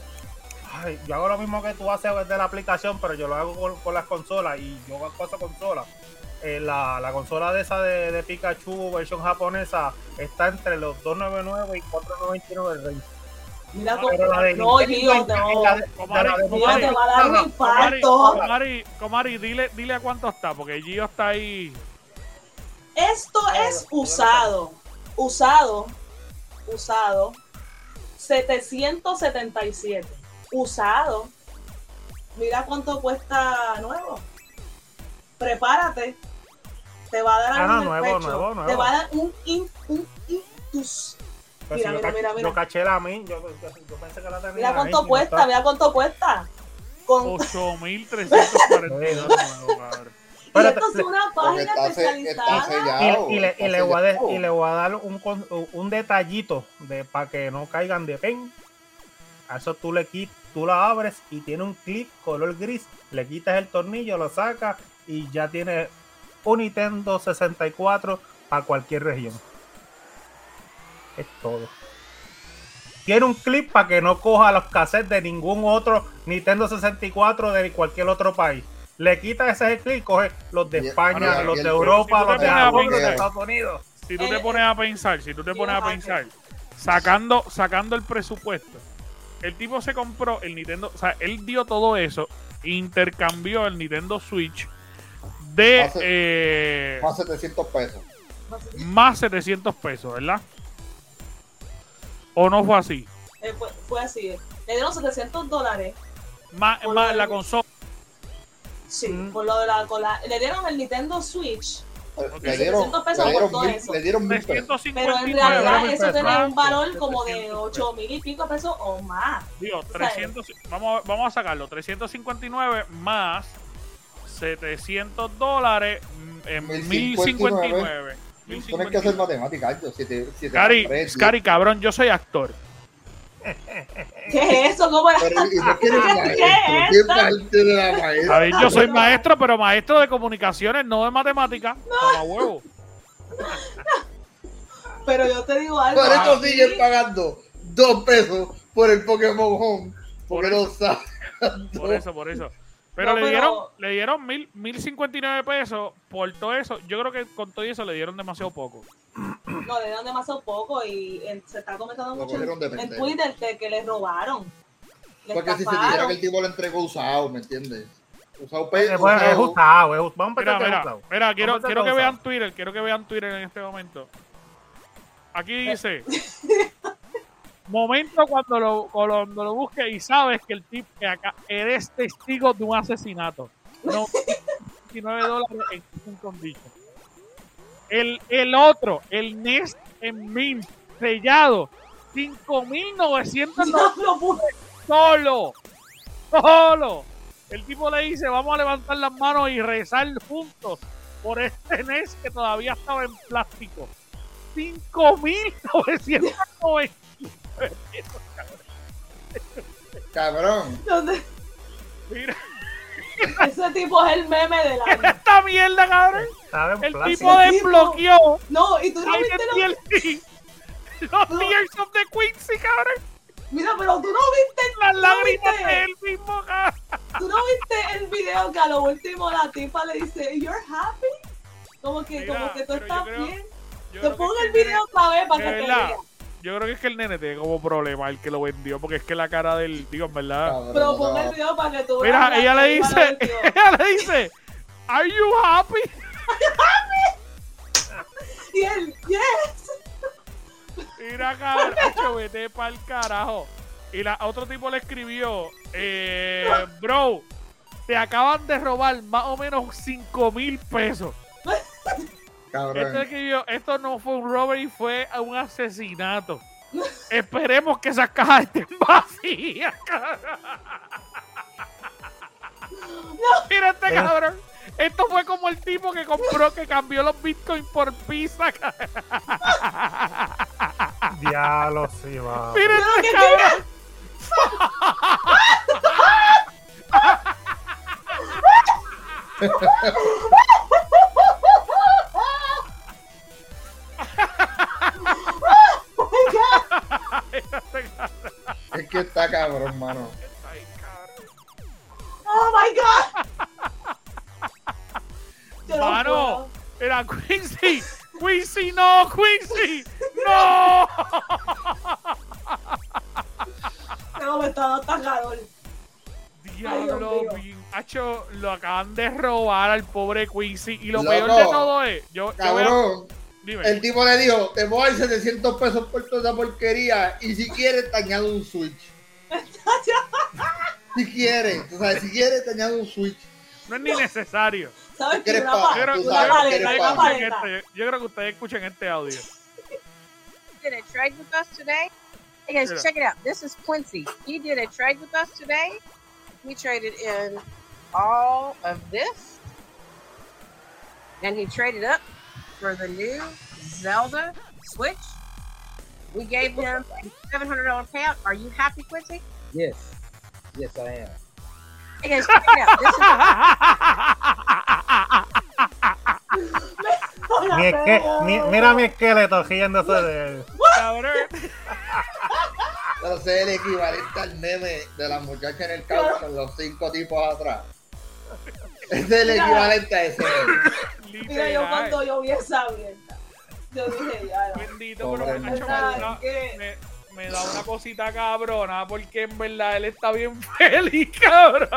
ay, yo hago lo mismo que tú haces desde la aplicación, pero yo lo hago con, con las consolas y yo hago cosas consolas. Eh, la, la consola de esa de, de Pikachu versión japonesa está entre los dos noventa y nueve y cuatro noventa y nueve el rey. Mira, Pero la de no, Nintendo, Gio, no. en la de- Comari, de la de Comari, Gio, te va a dar un Nintendo, Comari, infarto. Comari, Comari, dile, dile a cuánto está, porque Gio está ahí. Esto es usado, usado, usado, setecientos setenta y siete. Usado. Mira cuánto cuesta nuevo. Prepárate. Te va a dar Ah, algo no, en el nuevo, pecho. nuevo, nuevo. Te va a dar un in, un intus. Pues Mira, si yo, mira, ca- mira, mira. yo caché la min, yo, yo, yo pensé que la tenía. Mira ahí, cuánto y cuesta, no está. mira cuánto cuesta. Con, ocho mil trescientos cuarenta y dos nuevo, cabrón. y Espérate, esto es una Porque página está, se- está especializada. sellado. Y, y le, está y, le voy a de- sellado. y le voy a dar un, con- un detallito de para que no caigan de pen. A eso tú le quitas, tú la abres y tiene un clip color gris. Le quitas el tornillo, lo sacas y ya tiene un Nintendo sesenta y cuatro para cualquier región. Es todo. Tiene un clip para que no coja los cassettes de ningún otro Nintendo sesenta y cuatro de cualquier otro país. Le quita ese clip, coge los de Y- España, ahora, los y de el- Europa, si tú te los de pones a Japón, los de pensar- Estados Unidos. Si tú te Eh, pones a pensar, si tú te Gio pones a Hacker. pensar, sacando, sacando el presupuesto, el tipo se compró el Nintendo, o sea, él dio todo eso, intercambió el Nintendo Switch de Hace- eh, Más setecientos pesos. más setecientos pesos, ¿verdad? ¿O no fue así? Eh, fue, fue así. Le dieron setecientos dólares. Más, Por más lo la de- consola. Sí, Mm. por lo de la, con la- le dieron el Nintendo Switch, Ok. Le dieron, setecientos pesos le por dieron todo mil, eso. le dieron mil pesos. pero en trescientos cincuenta y realidad dólares, eso pesos. tenía un Ah, valor como de trescientos ocho mil y pico pesos o más. Digo, sea, trescientos, vamos, a- vamos a sacarlo, trescientos cincuenta y nueve más setecientos dólares mm, en mil cincuenta y nueve. Tienes que hacer matemáticas, yo. Si te, si te Scary, aprendes. Scary, cabrón, yo soy actor. ¿Qué es eso? ¿Cómo es? Pero, y no quieres ¿Qué maestro. es ¿Qué esto? parte de la A maestra? ver, yo soy maestro, pero maestro de comunicaciones, no de matemáticas. Toma huevo. Pero yo te digo algo. Por eso aquí, siguen pagando dos pesos por el Pokémon Home. Por Porque no saben. Por eso, por eso. Pero No, le pero- dieron, le dieron mil, mil cincuenta y nueve pesos por todo eso. Yo creo que con todo eso le dieron demasiado poco. No, le dieron demasiado poco y en, se está comentando Lo mucho en, cogieron de en pendejo. Twitter que, que le robaron. Le Porque si se estafaron. dijera que el tipo lo entregó usado, ¿me entiendes? Usado, pe- Eh, bueno, es usado. usado, es usado. Vamos a Mira, empezar que es mira, usado. mira, quiero, Vamos a quiero que empezar vean Twitter, quiero que vean Twitter en este momento. Aquí dice, momento cuando lo, cuando lo busques y sabes que el tipo que acá eres testigo de un asesinato. No, diecinueve dólares en un condition. El, el otro, el Nest en Mint, sellado, cinco mil novecientos Diablo, puto. solo, solo. El tipo le dice, vamos a levantar las manos y rezar juntos por este N E S que todavía estaba en plástico. cinco mil novecientos noventa y nueve pesos, Cabrón. ¿Dónde? Mira, Ese tipo es el meme del año. esta mierda, cabrón. Estaba en El plástico. tipo desbloqueó No, y tú no Ay, viste de lo- T L C, los No. Tears of the Quincy, cabrón. Mira, pero tú no viste, Las tú no lágrimas viste- de él mismo, cabrón. tú no viste el video que a lo último la tipa le dice, "You're happy", como que, Mira, como que tú pero yo estás creo- bien. Yo Te creo pongo que el video otra vez para de que te verdad, veas. yo creo que es que el nene tiene como problema el que lo vendió, porque es que la cara del, digo, en verdad. Cabrón, Pero no pon te el va- video para que tú veas. Mira, la ella le tipa dice, lo vendió. ella le dice, "Are you happy?" Y él, yes. Mira, cabrón, hecho, vete pa'l carajo. Y la, otro tipo le escribió, eh, bro, te acaban de robar más o menos cinco mil pesos. Este Cabrón. escribió, esto no fue un robbery, fue un asesinato. Esperemos que esas cajas estén vacías, cabrón. Mira este Mira. cabrón. Esto fue como el tipo que compró, que cambió los bitcoins por pizza, cabrón. Diablo, sí, va. Mira Pero este que cabrón. Es que está cabrón, mano. Ay, cabrón. Oh my God. Yo no Mano, puedo. era Quincy. Quincy, no, Quincy. No. Pero me está dando hasta calor. Diablo, Dios mío. bien. Hacho, lo acaban de robar al pobre Quincy. Y lo Loco. peor de todo es. Yo, yo voy a- Cabrón. dime. El tipo le dijo, te voy a dar setecientos pesos por toda esa porquería y si quieres te añado un Switch. Si quieres, tú sabes, si quieres te añado un Switch. No es ni necesario. ¿Sabes ¿Qué qué? eres Una, pa- pa- Yo creo, tú yo una creo sabes que que paleta, eres ustedes una pa- escuchen paleta. este, yo creo que ustedes escuchen este audio. Did a trade with us today? Hey guys, Yeah. check it out. This is Quincy. He did a trade with us today. We traded in all of this, and he traded up for the new Zelda Switch. We gave him a seven hundred dollars payout. Are you happy, Quincy? Yes. Yes, I am. Hey guys, check it out. This is Mi esque- mi- mira mi esqueleto riéndose de él. Cabrón. Pero ese es el equivalente al meme de la muchacha en el campo con los cinco tipos atrás. Ese es el Mira. equivalente a ese meme. Mira, yo Literal. cuando yo vi esa abierta, yo dije, ya, no. Bendito, pero Pobre me, muchacho. me da- me, me da una cosita cabrona porque en verdad él está bien feliz, cabrón.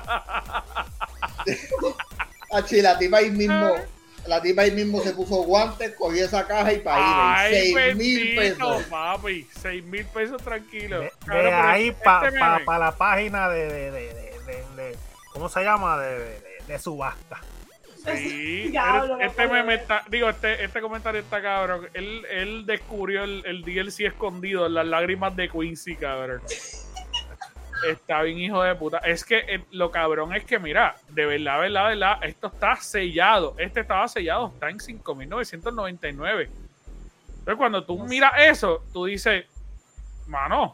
Achi, la tipa ahí mismo, la tipa ahí mismo se puso guantes, cogió esa caja y para Ay, ir. seis mil bendito, pesos. papi. seis mil pesos tranquilo. De, Cabrón, de pero ahí este para meme- pa, pa la página de, de, de, de, de- de- ¿cómo se llama? De, de, de- de subasta. Sí, Diablo, pero no este puedo meme ver. está, digo, este, este comentario está cabrón. Él, él descubrió el, el D L C escondido en las lágrimas de Quincy, cabrón. Está bien, hijo de puta. Es que eh, lo cabrón es que, mira, de verdad, verdad, verdad, esto está sellado. Este estaba sellado, está en cinco mil novecientos noventa y nueve. Entonces, cuando tú miras eso, tú dices, mano,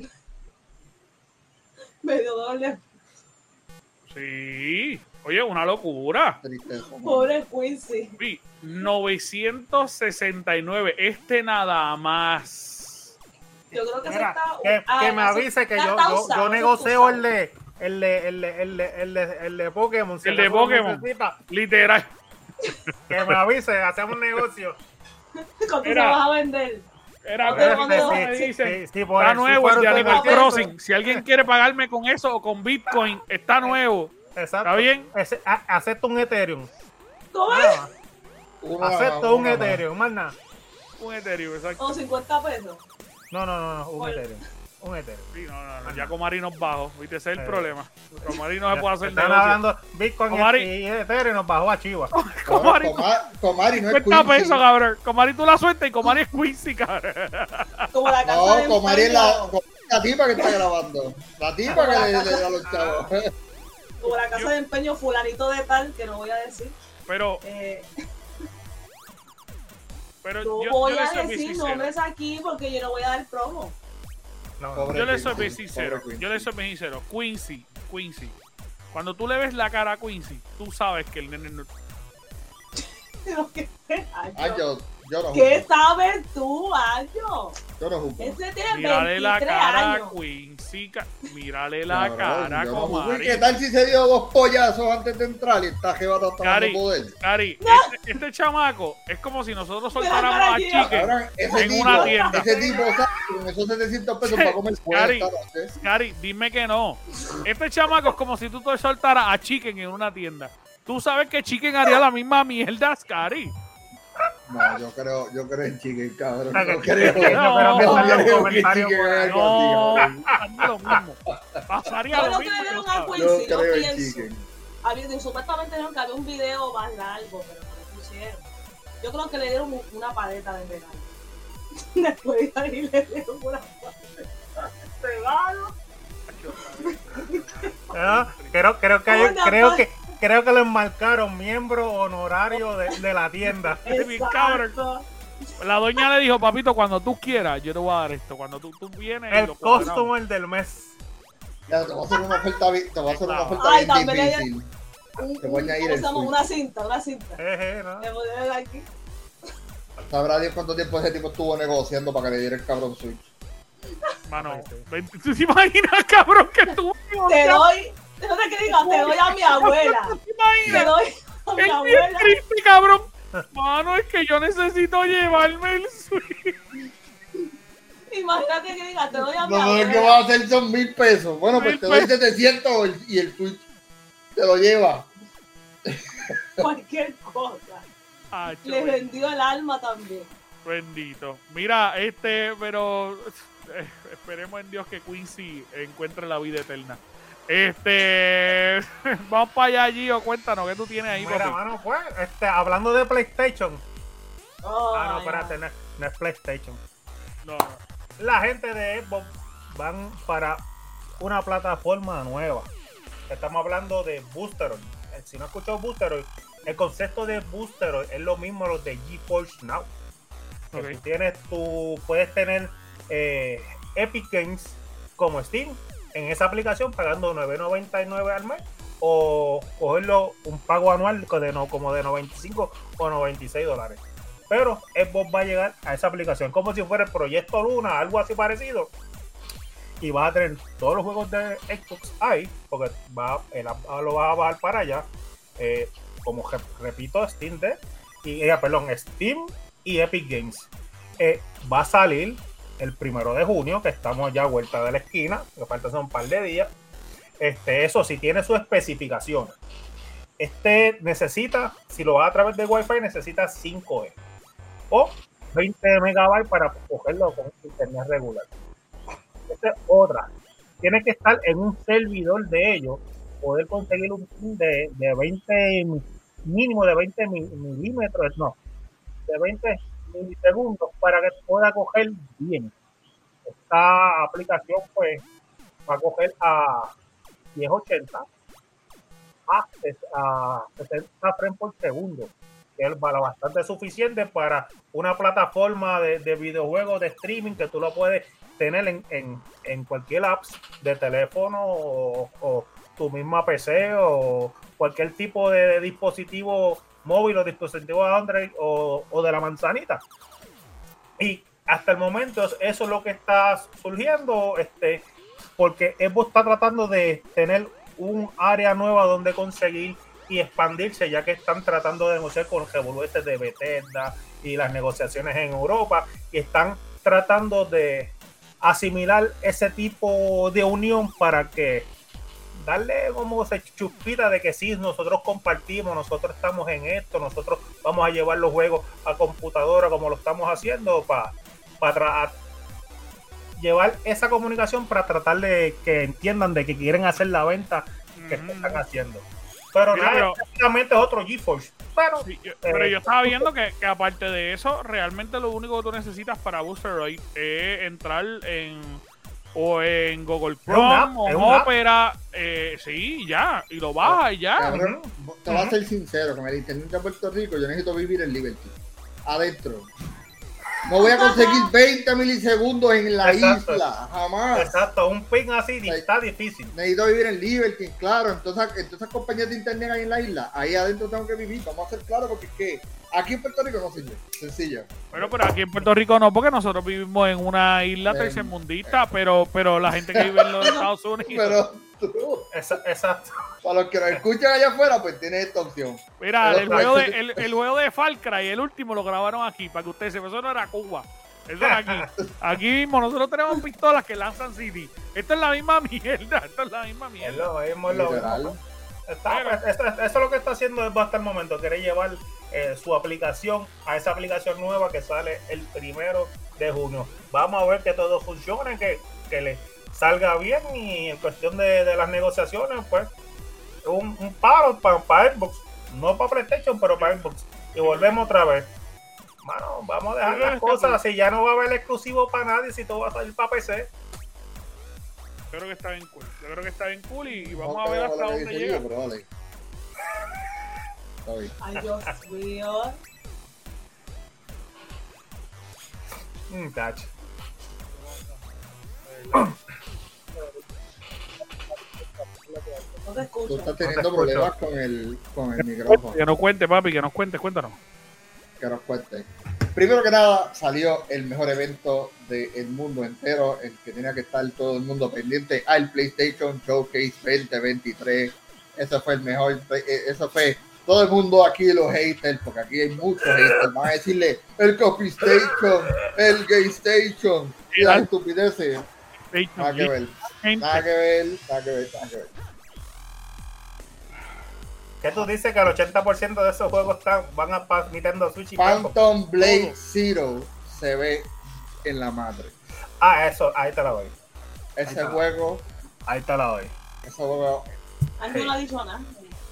Medio doble. sí, oye, una locura. Tristeza, mano. Pobre Quincy. Vi, novecientos sesenta y nueve, este nada más. Yo creo que se Mira, está. que, ah, que me eso- avise que está- yo, está yo, usado, yo eso negocio está el de el de, el de, el de, el de, el de Pokémon. Si El de acaso lo Pokémon. necesita, Literal. que me avise, hacemos un negocio. ¿Cuánto se Mira. vas a vender? Era Ok, como sí, me sí, dicen, sí, sí, por está el nuevo el de Super Animal Nintendo. Crossing. Si alguien quiere pagarme con eso o con Bitcoin, está nuevo. Exacto. ¿Está bien? Ese- a- acepto un Ethereum. ¿Cómo es? Nada más. Una- Acepto un una más. Ethereum, más nada. Un Ethereum, exacto. O cincuenta pesos. No, no, no, no, un Oye. Ethereum. Un Ethereum. Sí, no, no, no, ya Comari nos bajó. ¿Viste? Ese es el Eh. problema. Comari no se puede hacer Están negocio. hablando Bitcoin Omari. y Ethereum nos bajó a Chivas. Comari, Comar- Comari no es cincuenta Quincy. pesos, cabrón. Comari tú la sueltas y Comari es Quincy, cabrón. Como la casa No, de Comari es empeño. la, Comari es la tipa que está grabando. La tipa que le, le da los chavos. Como la casa Yo- de empeño fulanito de tal, que no voy a decir. Pero, Eh, pero no yo, voy yo le a soy bien decir sincero. nombres aquí porque yo no voy a dar promo. No, Pobre Yo le Quincy, soy bien pobre sincero. Quincy. Yo le soy bien sincero. Quincy, Quincy. Cuando tú le ves la cara a Quincy, tú sabes que el nene no. Pero ¿qué, Ay, yo, yo no ¿Qué juzgo. sabes tú, Año? Yo no juzgo. Ese tiene Mírale la veintitrés cara a años. Quincy. ca- Mírale la Cabrón, cara, yo no juzgo. ¿Y Comari. qué tal si se dio dos pollazos antes de entrar y está jebata tomando Cari, poder? Cari, este, este chamaco es como si nosotros Mira, soltáramos a Cari, Chique. Cabrón, ese En tipo, una tienda. ese tipo sabe con esos setecientos pesos para comer fuera Cari. esta noche. Cari, dime que no. Este chamaco es como si tú te soltaras a Chicken en una tienda. Tú sabes que Chicken haría la misma mierda, Cari. No, yo creo, yo creo en Chicken, cabrón. Ah, No que- creo. que- que- No, pero que no están los creo que comentarios Chicken por ahí. haga algo No, así, cabrón. haría lo mismo. Pasaría Yo lo creo que mismo. le dieron tú a sabes. Quincy. Yo Sí, yo creo en pienso. Chicken. Había, supuestamente dijeron que había un video más largo, pero no le pusieron. Yo creo que le dieron un- una paleta de regalo. Después de ahí le dieron una paleta de regalo. Ah, Creo, creo que hay- Una creo pa- que creo que le enmarcaron miembro honorario de, de la tienda. Es bien cabrón. Exacto. La doña le dijo, papito, cuando tú quieras, yo te voy a dar esto. Cuando tú, tú vienes y El lo cuadramos. customer del mes. Ya, te voy a hacer una oferta, bi- te voy a hacer una oferta Ay, bien también le- difícil. Un- Te voy a un- añadir ¿cómo el se llama? Switch. Una cinta, una cinta. Eje, ¿no? Le voy a dar aquí. Sabrá Dios cuánto tiempo ese tipo estuvo negociando para que le diera el cabrón Switch. Mano, Sí, sí. ven- ¿tú te imaginas, cabrón, que tú... Te doy, no sé qué digas, te doy a mi abuela. ¿Te Te imaginas? doy a mi Es bien abuela. triste, cabrón. Mano, es que yo necesito llevarme el Switch. Imagínate que digas, te doy a mi Lo mejor que abuela. va a hacer son mil pesos. Bueno, pues Mil te doy pesos. setecientos el- y el Switch te lo lleva. Cualquier cosa. Ah, Le chaval. vendió el alma también. Bendito. Mira, este, pero eh, esperemos en Dios que Quincy encuentre la vida eterna. Este, vamos para allá, Gio, cuéntanos qué tú tienes ahí, Mira, papi. mano, pues, este, hablando de PlayStation. Oh, Ah, no, ya. espérate, no, es- no es PlayStation. No, La gente de Xbox van para una plataforma nueva. Estamos hablando de Boosteroid. Eh, Si no has escuchado Boosteroid, el concepto de Boosteroid es lo mismo los de GeForce Now. Que Ok. tú tienes, tú puedes tener eh, Epic Games como Steam en esa aplicación pagando nueve noventa y nueve al mes o cogerlo un pago anual de no, como de noventa y cinco o noventa y seis dólares. Pero Xbox va a llegar a esa aplicación como si fuera el Proyecto Luna, algo así parecido. Y vas a tener todos los juegos de Xbox ahí, porque va, el app lo vas a bajar para allá. Eh, como re- repito, Steam Deck y eh, perdón, Steam y Epic Games. Eh, va a salir el primero de junio, que estamos ya a vuelta de la esquina, que falta son un par de días. Este, eso sí, tiene su especificación. Este necesita, si lo va a través de Wi-Fi, necesita cinco E o veinte megabytes para cogerlo con internet regular. Esta es otra. Tiene que estar en un servidor de ellos, poder conseguir un pin de, de veinte, mínimo de veinte milímetros, no, de veinte milisegundos para que pueda coger bien. Esta aplicación pues va a coger a diez ochenta a, a sesenta frames por segundo, que es bastante suficiente para una plataforma de, de videojuegos de streaming que tú lo puedes tener en, en, en cualquier app de teléfono o, o tu misma P C o cualquier tipo de dispositivo móvil o dispositivo Android o, o de la manzanita. Y hasta el momento eso es lo que está surgiendo, este, porque Xbox está tratando de tener un área nueva donde conseguir y expandirse, ya que están tratando de negociar con revoluciones de Bethesda y las negociaciones en Europa, y están tratando de asimilar ese tipo de unión para que darle como esa chuspita de que sí, nosotros compartimos, nosotros estamos en esto, nosotros vamos a llevar los juegos a computadora como lo estamos haciendo para para llevar esa comunicación para tratar de que entiendan de que quieren hacer la venta que Ujú. están haciendo. Pero Mira, nada, pero- prácticamente es otro GeForce. Pero, Sí, yo- pero eh, yo estaba viendo que, que aparte de eso, realmente lo único que tú necesitas para Boosteroid es entrar en o en Google Es un app, Chrome o es en un app. Opera, eh, sí, ya, y lo bajas y ya. Cabrón, te voy a Ujú. ser sincero, con el internet de Puerto Rico yo necesito vivir en Liberty, adentro. No voy a conseguir veinte milisegundos en la Exacto. isla, jamás. exacto, un ping así está difícil. Necesito vivir en Liberty, claro. Entonces, entonces compañías de internet ahí en la isla, ahí adentro tengo que vivir. Vamos a ser claros porque es que aquí en Puerto Rico no sirve. Sencillo. Bueno, pero aquí en Puerto Rico no, porque nosotros vivimos en una isla Em, tercermundista, pero, pero la gente que vive en los Estados Unidos. Pero tú, Esa- Exacto. para los que nos escuchan allá afuera, pues tienes esta opción. Mira, Pero- el juego, de, el, el juego de Far Cry, el último, lo grabaron aquí, para que ustedes sepan. Eso no era Cuba. Eso era aquí. Aquí mismo nosotros tenemos pistolas que lanzan C D. Esto es la misma mierda. Esto es la misma Es mierda. lo mismo, es lo Literal. mismo. Está, Pero- pues, eso, eso es lo que está haciendo es hasta el momento. Quiere llevar eh, su aplicación a esa aplicación nueva que sale el primero de junio. Vamos a ver que todo funcione, que, que le salga bien, y en cuestión de, de las negociaciones, pues un, un paro para, para Xbox, no para PlayStation, pero para Xbox. Y volvemos otra vez. Mano, vamos a dejar las cosas así. Ya no va a haber exclusivo para nadie si todo va a salir para P C. Yo creo que está bien cool. Yo creo que está bien cool y, y vamos No a ver creo hasta lo que dónde dice llega. yo, pero dale. Está bien. Ay, Dios mío. Mm, tacho. No te Tú escucho. estás teniendo escucho. problemas con el, con el micrófono. Que nos cuente, papi, que nos cuente, cuéntanos. Que nos cuente. Primero que nada, salió el mejor evento del mundo entero, el que tenía que estar todo el mundo pendiente al PlayStation Showcase veinte veintitrés. Ese fue el mejor, eh, eso fue todo el mundo aquí, los haters, porque aquí hay muchos haters. Van a decirle el Copy Station, el Game Station, y las estupideces. Nada que ver, nada que ver, nada que ver, nada que ver. ¿Qué tú dices que el ochenta por ciento de esos juegos están, van a pa- Nintendo Switch y Xbox? Phantom Blade Todo. Zero se ve en la madre. Ah, eso, ahí te la doy. Ese está. juego, Ahí te la doy. ese juego, Ángel no ha dicho nada.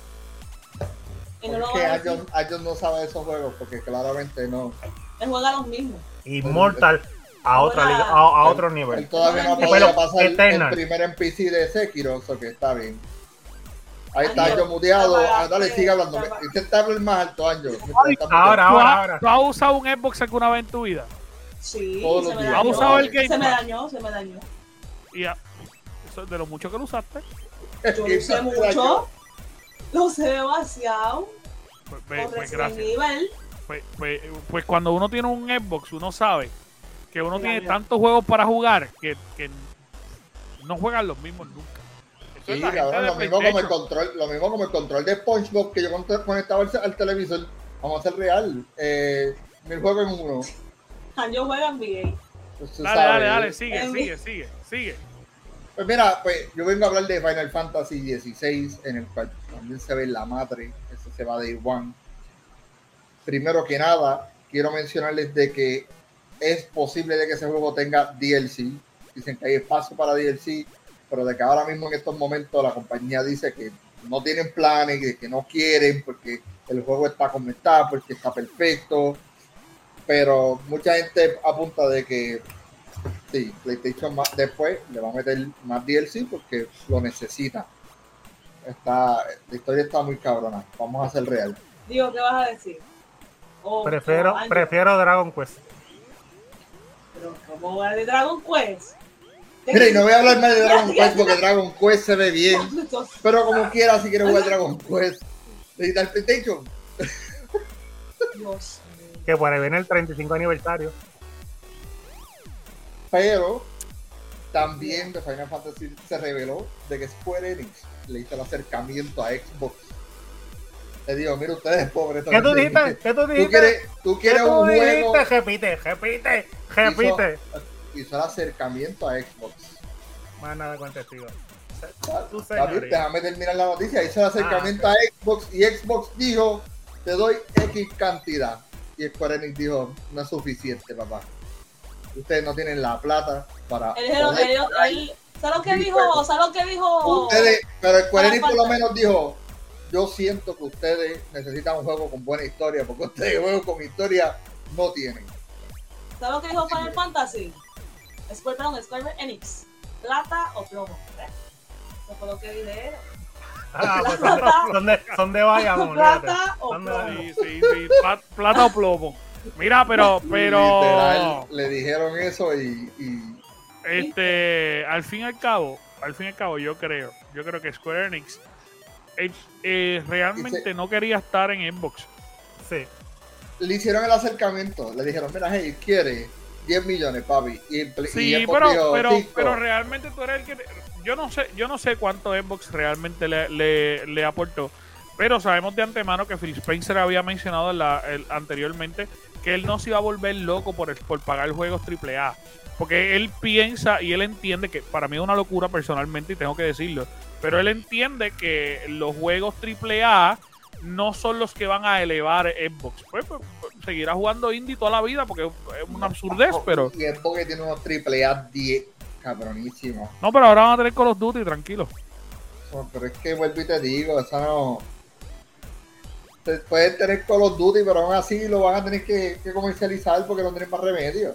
Y no lo porque va a decir. Ayon, Ayon no sabe de esos juegos, porque claramente no. Él juega los mismos. Immortal a otra Ahora- liga, a, a otro Él nivel. todavía no ha Pero, podido pasar Eternal. el primer N P C de Sekiro, o sea que está bien. Ahí está Año, yo muteado. te Ah, dale, apagaste, sigue hablando. te apagaste. Intenta hablar más alto, Anjo. Ahora, ¿Tú ahora, has, ahora. tú has usado un Xbox alguna vez en tu vida? Sí, Todos se los me días. dañó. ¿Has usado el Game Se me Pass? dañó, se me dañó. Y ya, eso es de lo mucho que lo usaste. Yo lo usé mucho. Lo usé demasiado. Pues, pues, Con pues, Resident gracias. Evil. Pues, pues, pues cuando uno tiene un Xbox, uno sabe que uno Sí, tiene Daniel. tantos juegos para jugar que, que no juegan los mismos nunca. Eso es Sí, la gente cabrón, de lo mismo, como el PlayStation. control, lo mismo como el control de SpongeBob que yo con- conectaba al, al televisor. Vamos a ser real. Eh, mil juegos en uno. Yo juego en V A. Pues tú Dale, sabes. dale, dale, sigue, En sigue, sigue, sigue. Pues mira, pues yo vengo a hablar de Final Fantasy dieciséis, en el cual también se ve la madre. Ese se va de One. Primero que nada, quiero mencionarles de que es posible de que ese juego tenga D L C. Dicen que hay espacio para D L C, pero de que ahora mismo en estos momentos la compañía dice que no tienen planes, que, que no quieren, porque el juego está como está, porque está perfecto. Pero mucha gente apunta de que sí, PlayStation más, después le va a meter más D L C porque lo necesita. Está, la historia está muy cabrona. Vamos a ser real. Digo, ¿qué vas a decir? Oh, Prefiero, Ángel, prefiero Dragon Quest. Pero, ¿cómo va de Dragon Quest? Mira, y no voy a hablar más de Dragon Quest porque Dragon Quest se ve bien. Pero como quiera, si quieres jugar Dragon Quest, necesita el PlayStation. Dios mío. Que por ahí viene el treinta y cinco aniversario. Pero también de Final Fantasy se reveló de que Square Enix le hizo el acercamiento a Xbox Le digo, mira, ustedes pobres. ¿Qué tú dijiste? ¿Qué tú Tú dijiste? quieres, tú ¿Qué quieres tú un dijiste? juego. Repite, repite, repite. Hizo, hizo el acercamiento a Xbox. Más nada con testigo. Tú, Está bien, señorita. déjame terminar la noticia. Hizo el acercamiento Ah, a Xbox y Xbox dijo, te doy X cantidad. Y Square Enix dijo, no es suficiente, papá. Ustedes no tienen la plata para... Él dijo, poder él, traer él, ¿sabes lo que mi dijo? juego. ¿Sabes lo que dijo? Ustedes, pero Square Enix por lo Falta. menos dijo, yo siento que ustedes necesitan un juego con buena historia, porque ustedes juegos con historia no tienen. ¿Sabes lo que dijo Final Fantasy? Square, perdón, Square Enix. ¿Plata o plomo? ¿Eh? Eso fue lo que dijeron. Ah, pues son, de, son de, son de Bayamón, ¿Plata fíjate. o Son de plomo? Bayamón. Sí, sí, sí. Pla- Plata o plomo. Mira, pero, pero. Literal, le dijeron eso y... y Este, al fin y al cabo, al fin y al cabo, yo creo, yo creo que Square Enix eh, eh, realmente Dice- no quería estar en Xbox. Sí. le hicieron el acercamiento, le dijeron, mira, hey, quiere diez millones, papi. Y, y Sí, Xbox pero, dijo, pero, cinco. pero realmente tú eres el que, yo no sé, yo no sé cuánto Xbox realmente le, le, le aportó, pero sabemos de antemano que Phil Spencer había mencionado en la, el- anteriormente que él no se iba a volver loco por, el- por pagar juegos triple A. Porque él piensa y él entiende que para mí es una locura personalmente y tengo que decirlo, pero él entiende que los juegos triple A no son los que van a elevar Xbox. Pues, pues, pues, seguirá jugando indie toda la vida porque es una absurdez, pero Y es porque tiene unos triple A diez, cabronísimo. no, pero ahora van a tener Call of Duty, tranquilo. No, pero es que vuelvo y te digo, esa no... Te- Pueden tener Call of Duty, pero aún así lo van a tener que, que comercializar porque no tienen más remedio.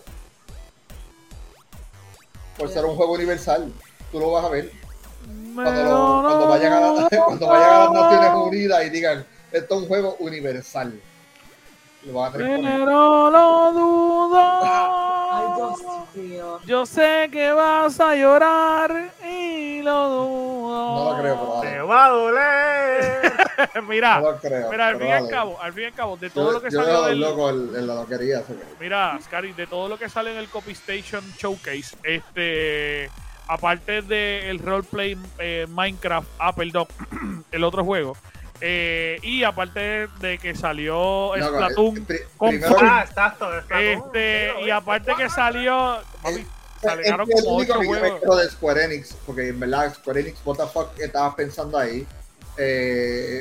Por ser un juego universal. Tú lo vas a ver. Cuando, lo- cuando vayan, a la- cuando vayan a las Naciones Unidas y digan, esto es un juego universal. Lo van a tener que poner. Pero lo dudo. Ay, Dios mío. Yo sé que vas a llorar y lo dudo. No lo creo, pero Te dale. va a doler. Mira, No lo creo. mira, al pero fin y al dale. cabo, al fin y al cabo, de todo Yo, lo que yo salió veo del... loco en, en la loquería. ¿sí? Mira, Scary, de todo lo que sale en el Copy Station Showcase, este, aparte del roleplay eh, Minecraft Apple Dog, el otro juego, eh, y aparte de que salió No, Splatoon, eh, pri- con primero, Ah, exacto. está este, todo. y aparte que salió, papi, es salieron que el como único ocho que yo me juegos. creo de Square Enix, porque en verdad Square Enix, what the fuck estabas pensando ahí. Eh,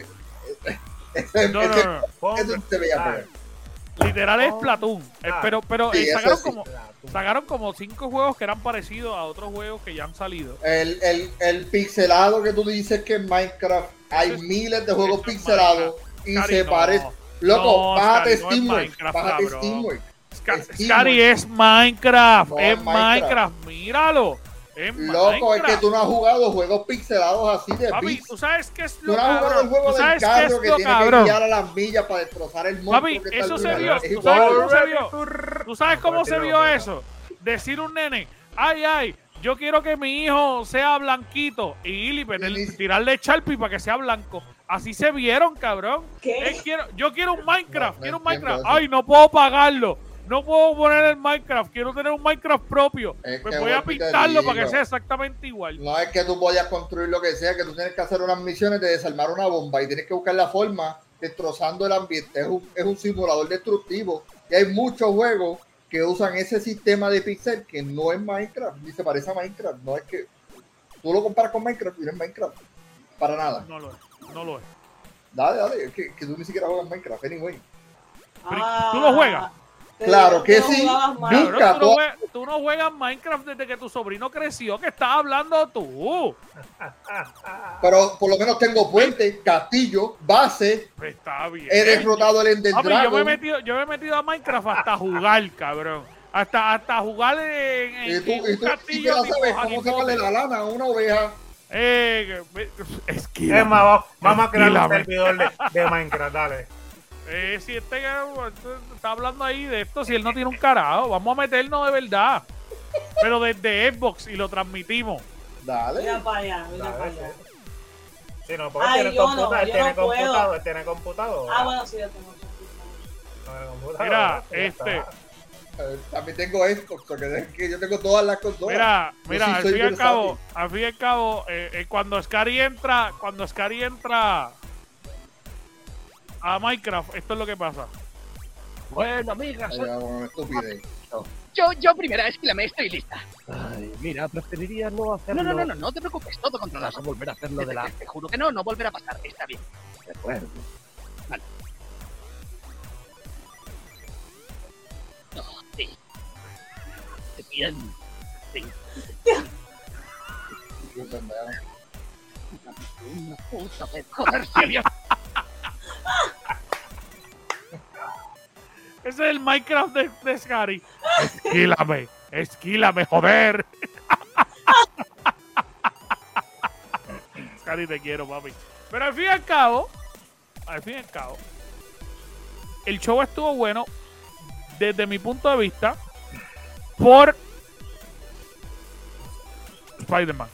ese, No, no, ese- no, no. Ponga- eso se veía Ah, feo. Literal es Oh, Splatoon. Eh, ah. pero pero Sí, eh, eso sacaron, sí. como, sacaron como cinco juegos que eran parecidos a otros juegos que ya han salido. El, el, el pixelado que tú dices que en Minecraft hay Eso es- miles de juegos eso es pixelados y Scary, se no. parecen. Loco, No, bájate Scary, no es Steamwork. Minecraft, Bájate cabrón. Steamwork. Sca- Steamwork. Scary es Minecraft. No, es es Minecraft. Minecraft. Míralo. Es Loco, es que Minecraft. tú no has jugado juegos pixelados así de Papi, bits. tú sabes qué es Tú lo no has jugado el cabrón. juego Tú del sabes qué carro es que lo tiene que cabrón. guiar a las millas para destrozar el monstruo Papi, que está eso al se final. vio. Es ¿Tú igual. sabes cómo se vio? ¿Tú sabes cómo se vio eso? Decir un nene, ay, ay, yo quiero que mi hijo sea blanquito y Ili Y- tirarle Sharpie para que sea blanco. Así se vieron, cabrón. ¿Qué? Eh, quiero, yo quiero un Minecraft, No, no quiero un entiendo Minecraft. eso. Ay, no puedo pagarlo. No puedo poner el Minecraft, quiero tener un Minecraft propio. Es Pues que voy a vuelvo y te pintarlo para que digo. sea exactamente igual. No es que tú vayas a construir lo que sea, que tú tienes que hacer unas misiones de desarmar una bomba y tienes que buscar la forma destrozando el ambiente. Es un, es un simulador destructivo. Y hay muchos juegos que usan ese sistema de pixel que no es Minecraft, ni se parece a Minecraft. No es que tú lo comparas con Minecraft y no es Minecraft. Para nada. No lo es, no lo es. Dale, dale, es que, que tú ni siquiera juegas Minecraft, anyway. ¿Tú lo juegas? te Claro digo que no sí. jugabas más. Yo- Cabrón, tú, no todo- juegas, tú no juegas Minecraft desde que tu sobrino creció, que estás hablando tú. Pero por lo menos tengo puente, castillo, base, Pues está bien. he derrotado el Ender Papi, yo me he Dragon. metido, yo me he metido a Minecraft hasta jugar, cabrón. Hasta, hasta jugar en, en, Y tú, en y un tú, y te castillo la tipo sabes Harry cómo sacarle Potter. la lana a una oveja. Eh, que- es Es que más, vamos- vamos a crear un Esquílame. servidor de, de Minecraft, dale. eh, si este cabrón está hablando ahí de esto, si él no tiene un carajo, vamos a meternos de verdad. Pero desde Xbox y lo transmitimos. Dale. Mira para allá, mira Dale, para allá. sí. Sí, no, porque Ay, él tiene yo no, computador, él yo tiene no puedo. computador, él tiene computador. Ah, bueno, sí, yo tengo mucho. Tiene computador, Mira, ya este, está. Eh, También tengo Xbox, porque es que yo tengo todas las consolas. Mira, Yo mira, sí al soy fin y al versátil. cabo, al fin y al cabo, eh, eh, cuando Scary entra, cuando Scary entra, a Minecraft, esto es lo que pasa. Bueno, amiga, Ay, ya, bueno, estupidez. Yo, yo primera, esquílame, estoy lista. Ay, mira, preferiría no hacerlo. No, no, no, no, no te preocupes, todo controlado. Vas a volver a hacerlo de la... Te juro que no, no volverá a pasar, está bien. De acuerdo. No, sí. Bien. Sí. Puta, ya. Una puta vez. Joder, Silvia. Ese es el Minecraft de, de Scary. Esquílame, esquílame, joder. Scary, te quiero, papi. Pero al fin y al cabo, al fin y al cabo, el show estuvo bueno desde mi punto de vista por Spider-Man.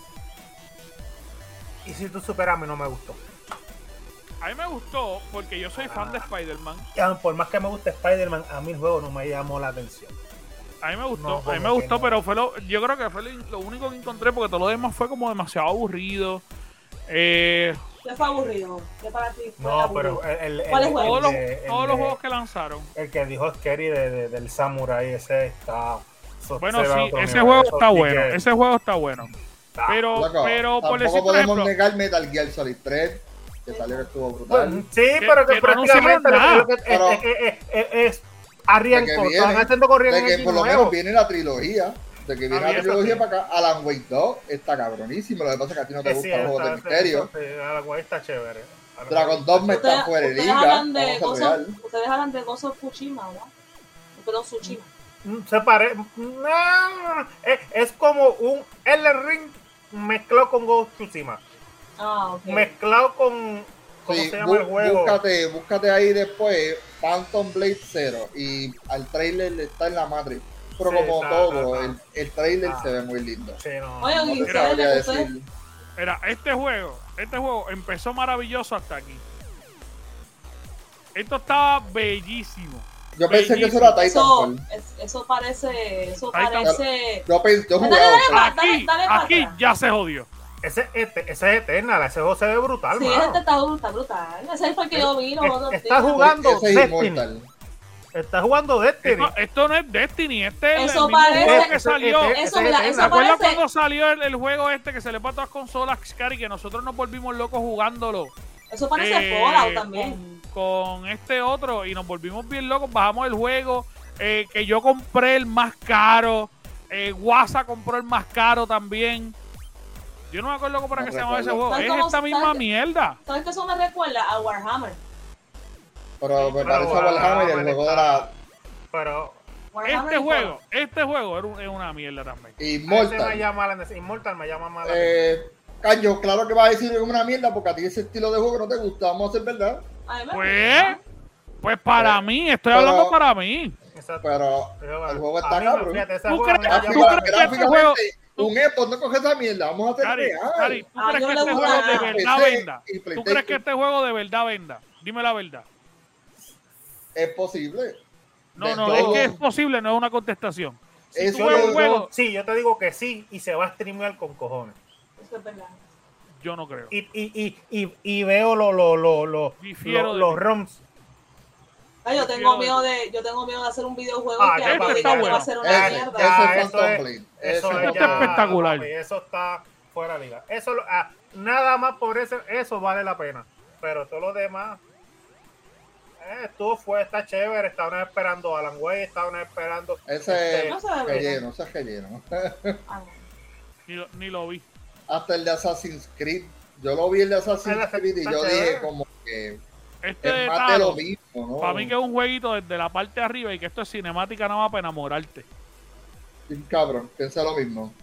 Y si tú superas, a mí no me gustó. A mí me gustó porque yo soy fan de Spider-Man. Ya, por más que me guste Spider-Man, a mí el juego no me llamó la atención. A mí me gustó, No, a mí como me que gustó, no. pero fue lo, yo creo que fue lo, lo único que encontré porque todo lo demás fue como demasiado aburrido. Eh, ¿Qué fue aburrido? ¿Qué para ti fue No, aburrido? pero el, el, ¿Cuál es el- juego? todos los, el de- el todos los de- juegos que lanzaron. El que dijo Scary de, de- del Samurai, ese está. eso Bueno, se va a sí, otro ese nivel, juego eso está sí bueno, que ese juego está bueno. está. Pero, Loco, pero por tampoco decir, por podemos ejemplo, negar Metal Gear Solid tres, que salió que estuvo Bueno, brutal. sí, pero que, que no anunciaron prácticamente lo que- nada. lo que- Pero- es, es, es, es Arrian de que Cor- viene- están haciendo corriendo De que en por lo nuevo. menos viene la trilogía. De que viene Ah, la bien, trilogía sí. para acá. Alan Wake dos está cabronísimo. Lo que pasa es que a ti no te Que sí, gustan los juegos de está- misterio. está- sí, Alan Wake está chévere. Alan Dragon Wake- Dogma Ustedes, está fuera de ustedes liga. hablan de Vamos a ser Ghost real. of- ustedes hablan de Ghost of Tsushima, ¿verdad? Pero Tsushima. Mm, Se parece. No, es, es como un Elden Ring mezclado con Ghost of Tsushima. Ah, ok. Mezclado con. ¿Cómo Sí, se llama el bú- juego? Búscate, búscate ahí después Phantom Blade Zero y al trailer está en la madre. Pero Sí, como está, todo, está, el, está. el trailer Ah. se ve muy lindo. Sí, no, Oye, no y te ustedes, sabría ustedes- decir. mira, este juego, este juego empezó maravilloso hasta aquí. Esto estaba bellísimo. Yo pensé que eso Bellísimo. era eso, Titanfall. es- eso parece, eso Titanfall. parece. Yo pensé, yo Dale, jugaba. dale, eso. dale, Aquí, dale para aquí atrás. ya se jodió. Ese, este, ese es Eternal, ese juego se ve brutal, Sí, mano. este está brutal, está brutal. Ese fue el que yo vi los Es- otros está días. jugando Ese es Destiny. Immortal. Está jugando Destiny. Esto, esto no es Destiny, este es Eso el mismo parece- juego que Ese- salió. ese- Eso, ese mira, es eso ¿Se acuerdan parece. cuando salió el, el juego este que se le va a todas las consolas, Scary, que nosotros nos volvimos locos jugándolo? Eso parece Eh, Fallout también. Con, con este otro y nos volvimos bien locos, bajamos el juego, eh, que yo compré el más caro, eh, Wasa compró el más caro también. Yo no me acuerdo cómo era No que se llamaba ese recuerdo. juego, ¿Sabes es cómo- esta misma sabes- mierda. ¿Sabes qué eso me recuerda? A Warhammer. Pero me Pero parece a Warhammer y el Warhammer juego de está- la Pero Warhammer Este y juego, este juego era un- es una mierda también. ese me Immortal. llama la Immortal me llama mal. Eh, Caño, claro que vas a decir que es una mierda porque a ti ese estilo de juego no te gusta. Vamos a hacer verdad. A mí me Pues, gusta. pues para Pero- mí, estoy pero- hablando para mí. Exacto. Pero Pero, el juego a está mí me- cabrón. fíjate, ese ¿Tú juego crees- me tú llama- crees que este Gráficamente, juego- un Xbox no coge esa mierda. Vamos a hacer Cari, real. Cari, ¿tú Ah, crees yo que no este le juego gusta de nada. verdad P C venda? y ¿Tú crees PlayStation. que este juego de verdad venda? Dime la verdad. Es posible. No, De no, todo. es que es posible, no es una contestación. Si Eso tú Yo juegas te un digo- juego, sí, yo te digo que sí y se va a streamear con cojones. Eso es verdad. yo no creo. Y, y, y, y, y veo lo, lo, lo, lo, Difiero lo- de los ti. ROMs. Ay, yo Prefiero- tengo miedo de, yo tengo miedo de hacer un videojuego Ah, que ya, algo papi, diga está que va bueno. a ser una Ese- mierda. ese- Ya, es eso Phantom es, Blade. eso Eso es está ya, espectacular. papi, eso está fuera de liga. Eso, lo- ah, nada más por eso, eso vale la pena. Pero todo lo demás, eh, estuvo fue, está chévere. Estaban esperando Alan Wake, estaban esperando. Ese No se ve es bien. lleno, ese es lleno. Ah, no. Ni lo, ni lo vi. Hasta el de Assassin's Creed. Yo lo vi el de Assassin's El de- Creed y está yo chévere. dije como que Este es de más de lo Talos, mismo, ¿no? para mí que es un jueguito desde la parte de arriba y que esto es cinemática nada más para enamorarte. Sí, cabrón, piensa lo mismo.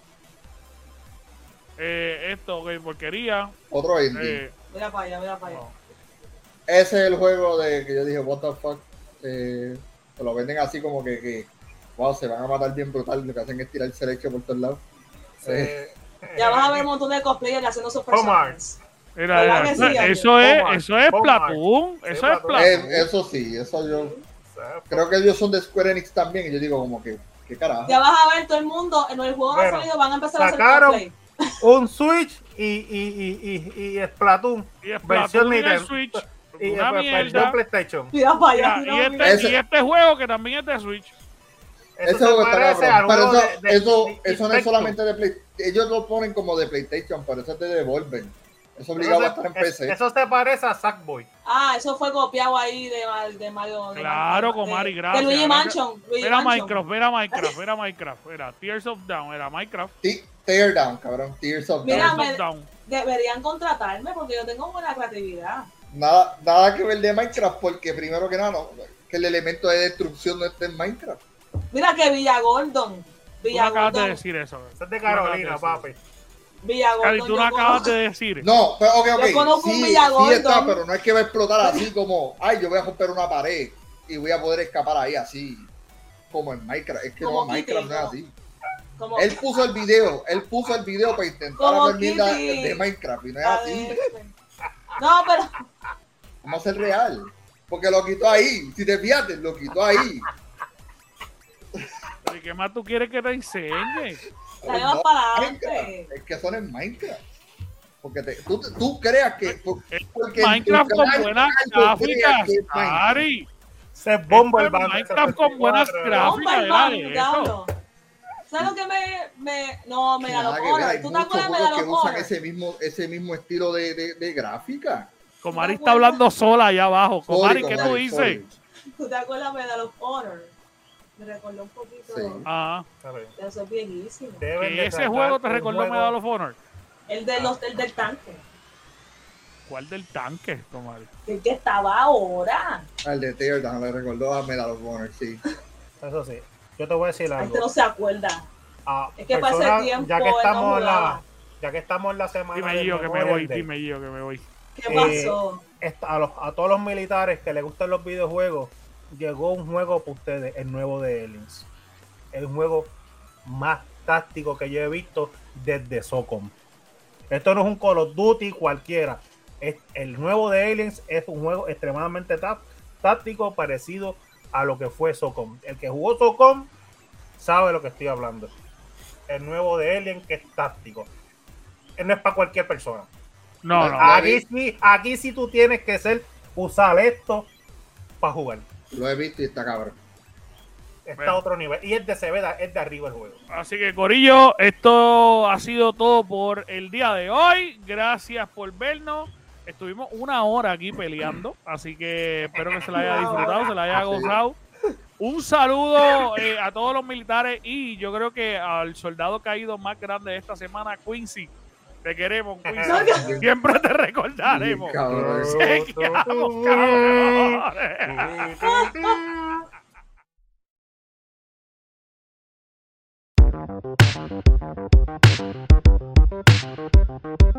Eh, esto, que porquería. Otro indie. Eh, Mira para allá, mira para allá. no. Ese es el juego de que yo dije, what the fuck. Eh, te lo venden así como que, que wow, se van a matar bien brutal. Lo que hacen es tirar el cerecho por todos lados. eh, Ya vas a ver un montón de cosplayers haciendo sus Omar. personajes. Mira, ¿Verdad mira, que eso, sí, amigo? eso es, Omar, eso es Omar. Platoon, Sí, eso es Platoon. Platoon. Eh, eso sí, eso yo Exacto. creo que ellos son de Square Enix también. Y yo digo como que, ¿qué carajo? Ya vas a ver todo el mundo, en el juego no ha Bueno, salido, van a empezar a hacer sacaron- cosplay. Un Switch y, y, y, y, y Splatoon. Y es versión Platoon en el Nintendo. Switch. Y Y Una pues, mierda. perdió en PlayStation. Mira para allá. Mira, y, mira, este, mira. Ese- y este juego que también es de Switch. Ese se juego está parece cabrón. al Pero juego eso, de- de- eso, de- eso no es Infecto. solamente de Play. Ellos lo ponen como de PlayStation, pero eso es de Devolver. Eso obligado a Eso, estar en se, P es- C. eso se parece a Sackboy. Ah, eso fue copiado ahí de, Mar- de Mario. de Claro, Mario- Comari, de- gracias. De Luigi Ahora- Mansion. Luigi Era Mansion. Minecraft, era Minecraft, era Minecraft. Era Tears of Down, era Minecraft. Te- Teardown, cabrón. Tears of Mira, Down. me- Tears of Down. Deberían contratarme porque yo tengo buena creatividad. Nada, nada que ver de Minecraft, porque primero que nada, no, que el elemento de destrucción no está en Minecraft. Mira que Villa Gordon. Tú Villa no acabas de Gordon. decir eso. Eso es de Tú no acabas Carolina, de papi. decir eso. Villa Cari, Gordon. tú no yo acabas conozco- de decir. No, pero ok, ok. Yo conozco un Sí, Villagordon. sí está, pero no es que va a explotar así como, ay, yo voy a romper una pared y voy a poder escapar ahí así, como en Minecraft. Es que Como no, Minecraft Kitty, no es ¿no? así. Como- Él puso el video, él puso el video para intentar Como hablar mierda Kitty. de Minecraft y no es A así. ver. No, pero Vamos a ser real. Porque lo quitó ahí. Si te fíjate, lo quitó ahí. Pero ¿y qué más tú quieres que te enseñe? dale más para Minecraft. adelante. Es que son en Minecraft. Porque te- tú, tú creas que. Porque en tu Minecraft con canal buenas tú creas gráficas, que es Minecraft. Ari. Ese es Bumble Esto es Band Minecraft con buenas sesenta y cuatro. gráficas. Bomba, era hermano, eso. diablo. ¿Sabes lo que me, me no me da Nada los que ver, honor? hay ¿Tú te muchos acuerdas de juegos Medal que of usan Honor? ese mismo, ese mismo estilo de, de, de gráfica. Comari está hablando sola allá abajo. Comari, Sorry, ¿qué tú Comari, dices? sorry. ¿Tú te acuerdas de Medal of Honor? Me recordó un poquito. Sí. Ah, Eso es viejísimo. Deben que de ese sacar juego te un recordó juego- Medal of Honor. El, de los, el del tanque. ¿Cuál del tanque, Comari? El que estaba ahora. Al de Teardown le recordó a Medal of Honor, sí. Eso sí. Yo te voy a decir La algo. gente no se acuerda. Ah, Es que para ese personas- tiempo ya que él no estamos en la, jugaba. ya que estamos en la semana Dime del yo que me Memorial voy, Day, dime yo que me voy. ¿Qué Eh, pasó? esta- a, los, a todos los militares que les gustan los videojuegos, llegó un juego para ustedes, el nuevo de Aliens. El juego más táctico que yo he visto desde SOCOM. Esto no es un Call of Duty cualquiera. Es, el nuevo de Aliens es un juego extremadamente tá- táctico, parecido a lo que fue SOCOM. El que jugó SOCOM sabe lo que estoy hablando. El nuevo de Alien que es táctico. Eh, No es para cualquier persona. No, no. Ah, Aquí sí, aquí sí tú tienes que ser, usar esto para jugar. Lo he visto y está cabrón. Está Bueno. a otro nivel. Y es de se ve, es de arriba el juego. Así que, Corillo, esto ha sido todo por el día de hoy. Gracias por vernos. Estuvimos una hora aquí peleando, así que espero que se la haya disfrutado, se la haya gozado. Un saludo eh, a todos los militares y yo creo que al soldado caído más grande de esta semana, Quincy. Te queremos, Quincy. Siempre te recordaremos. Cabrón. Chequeamos, cabrones.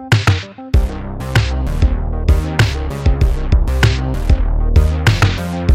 Thank you.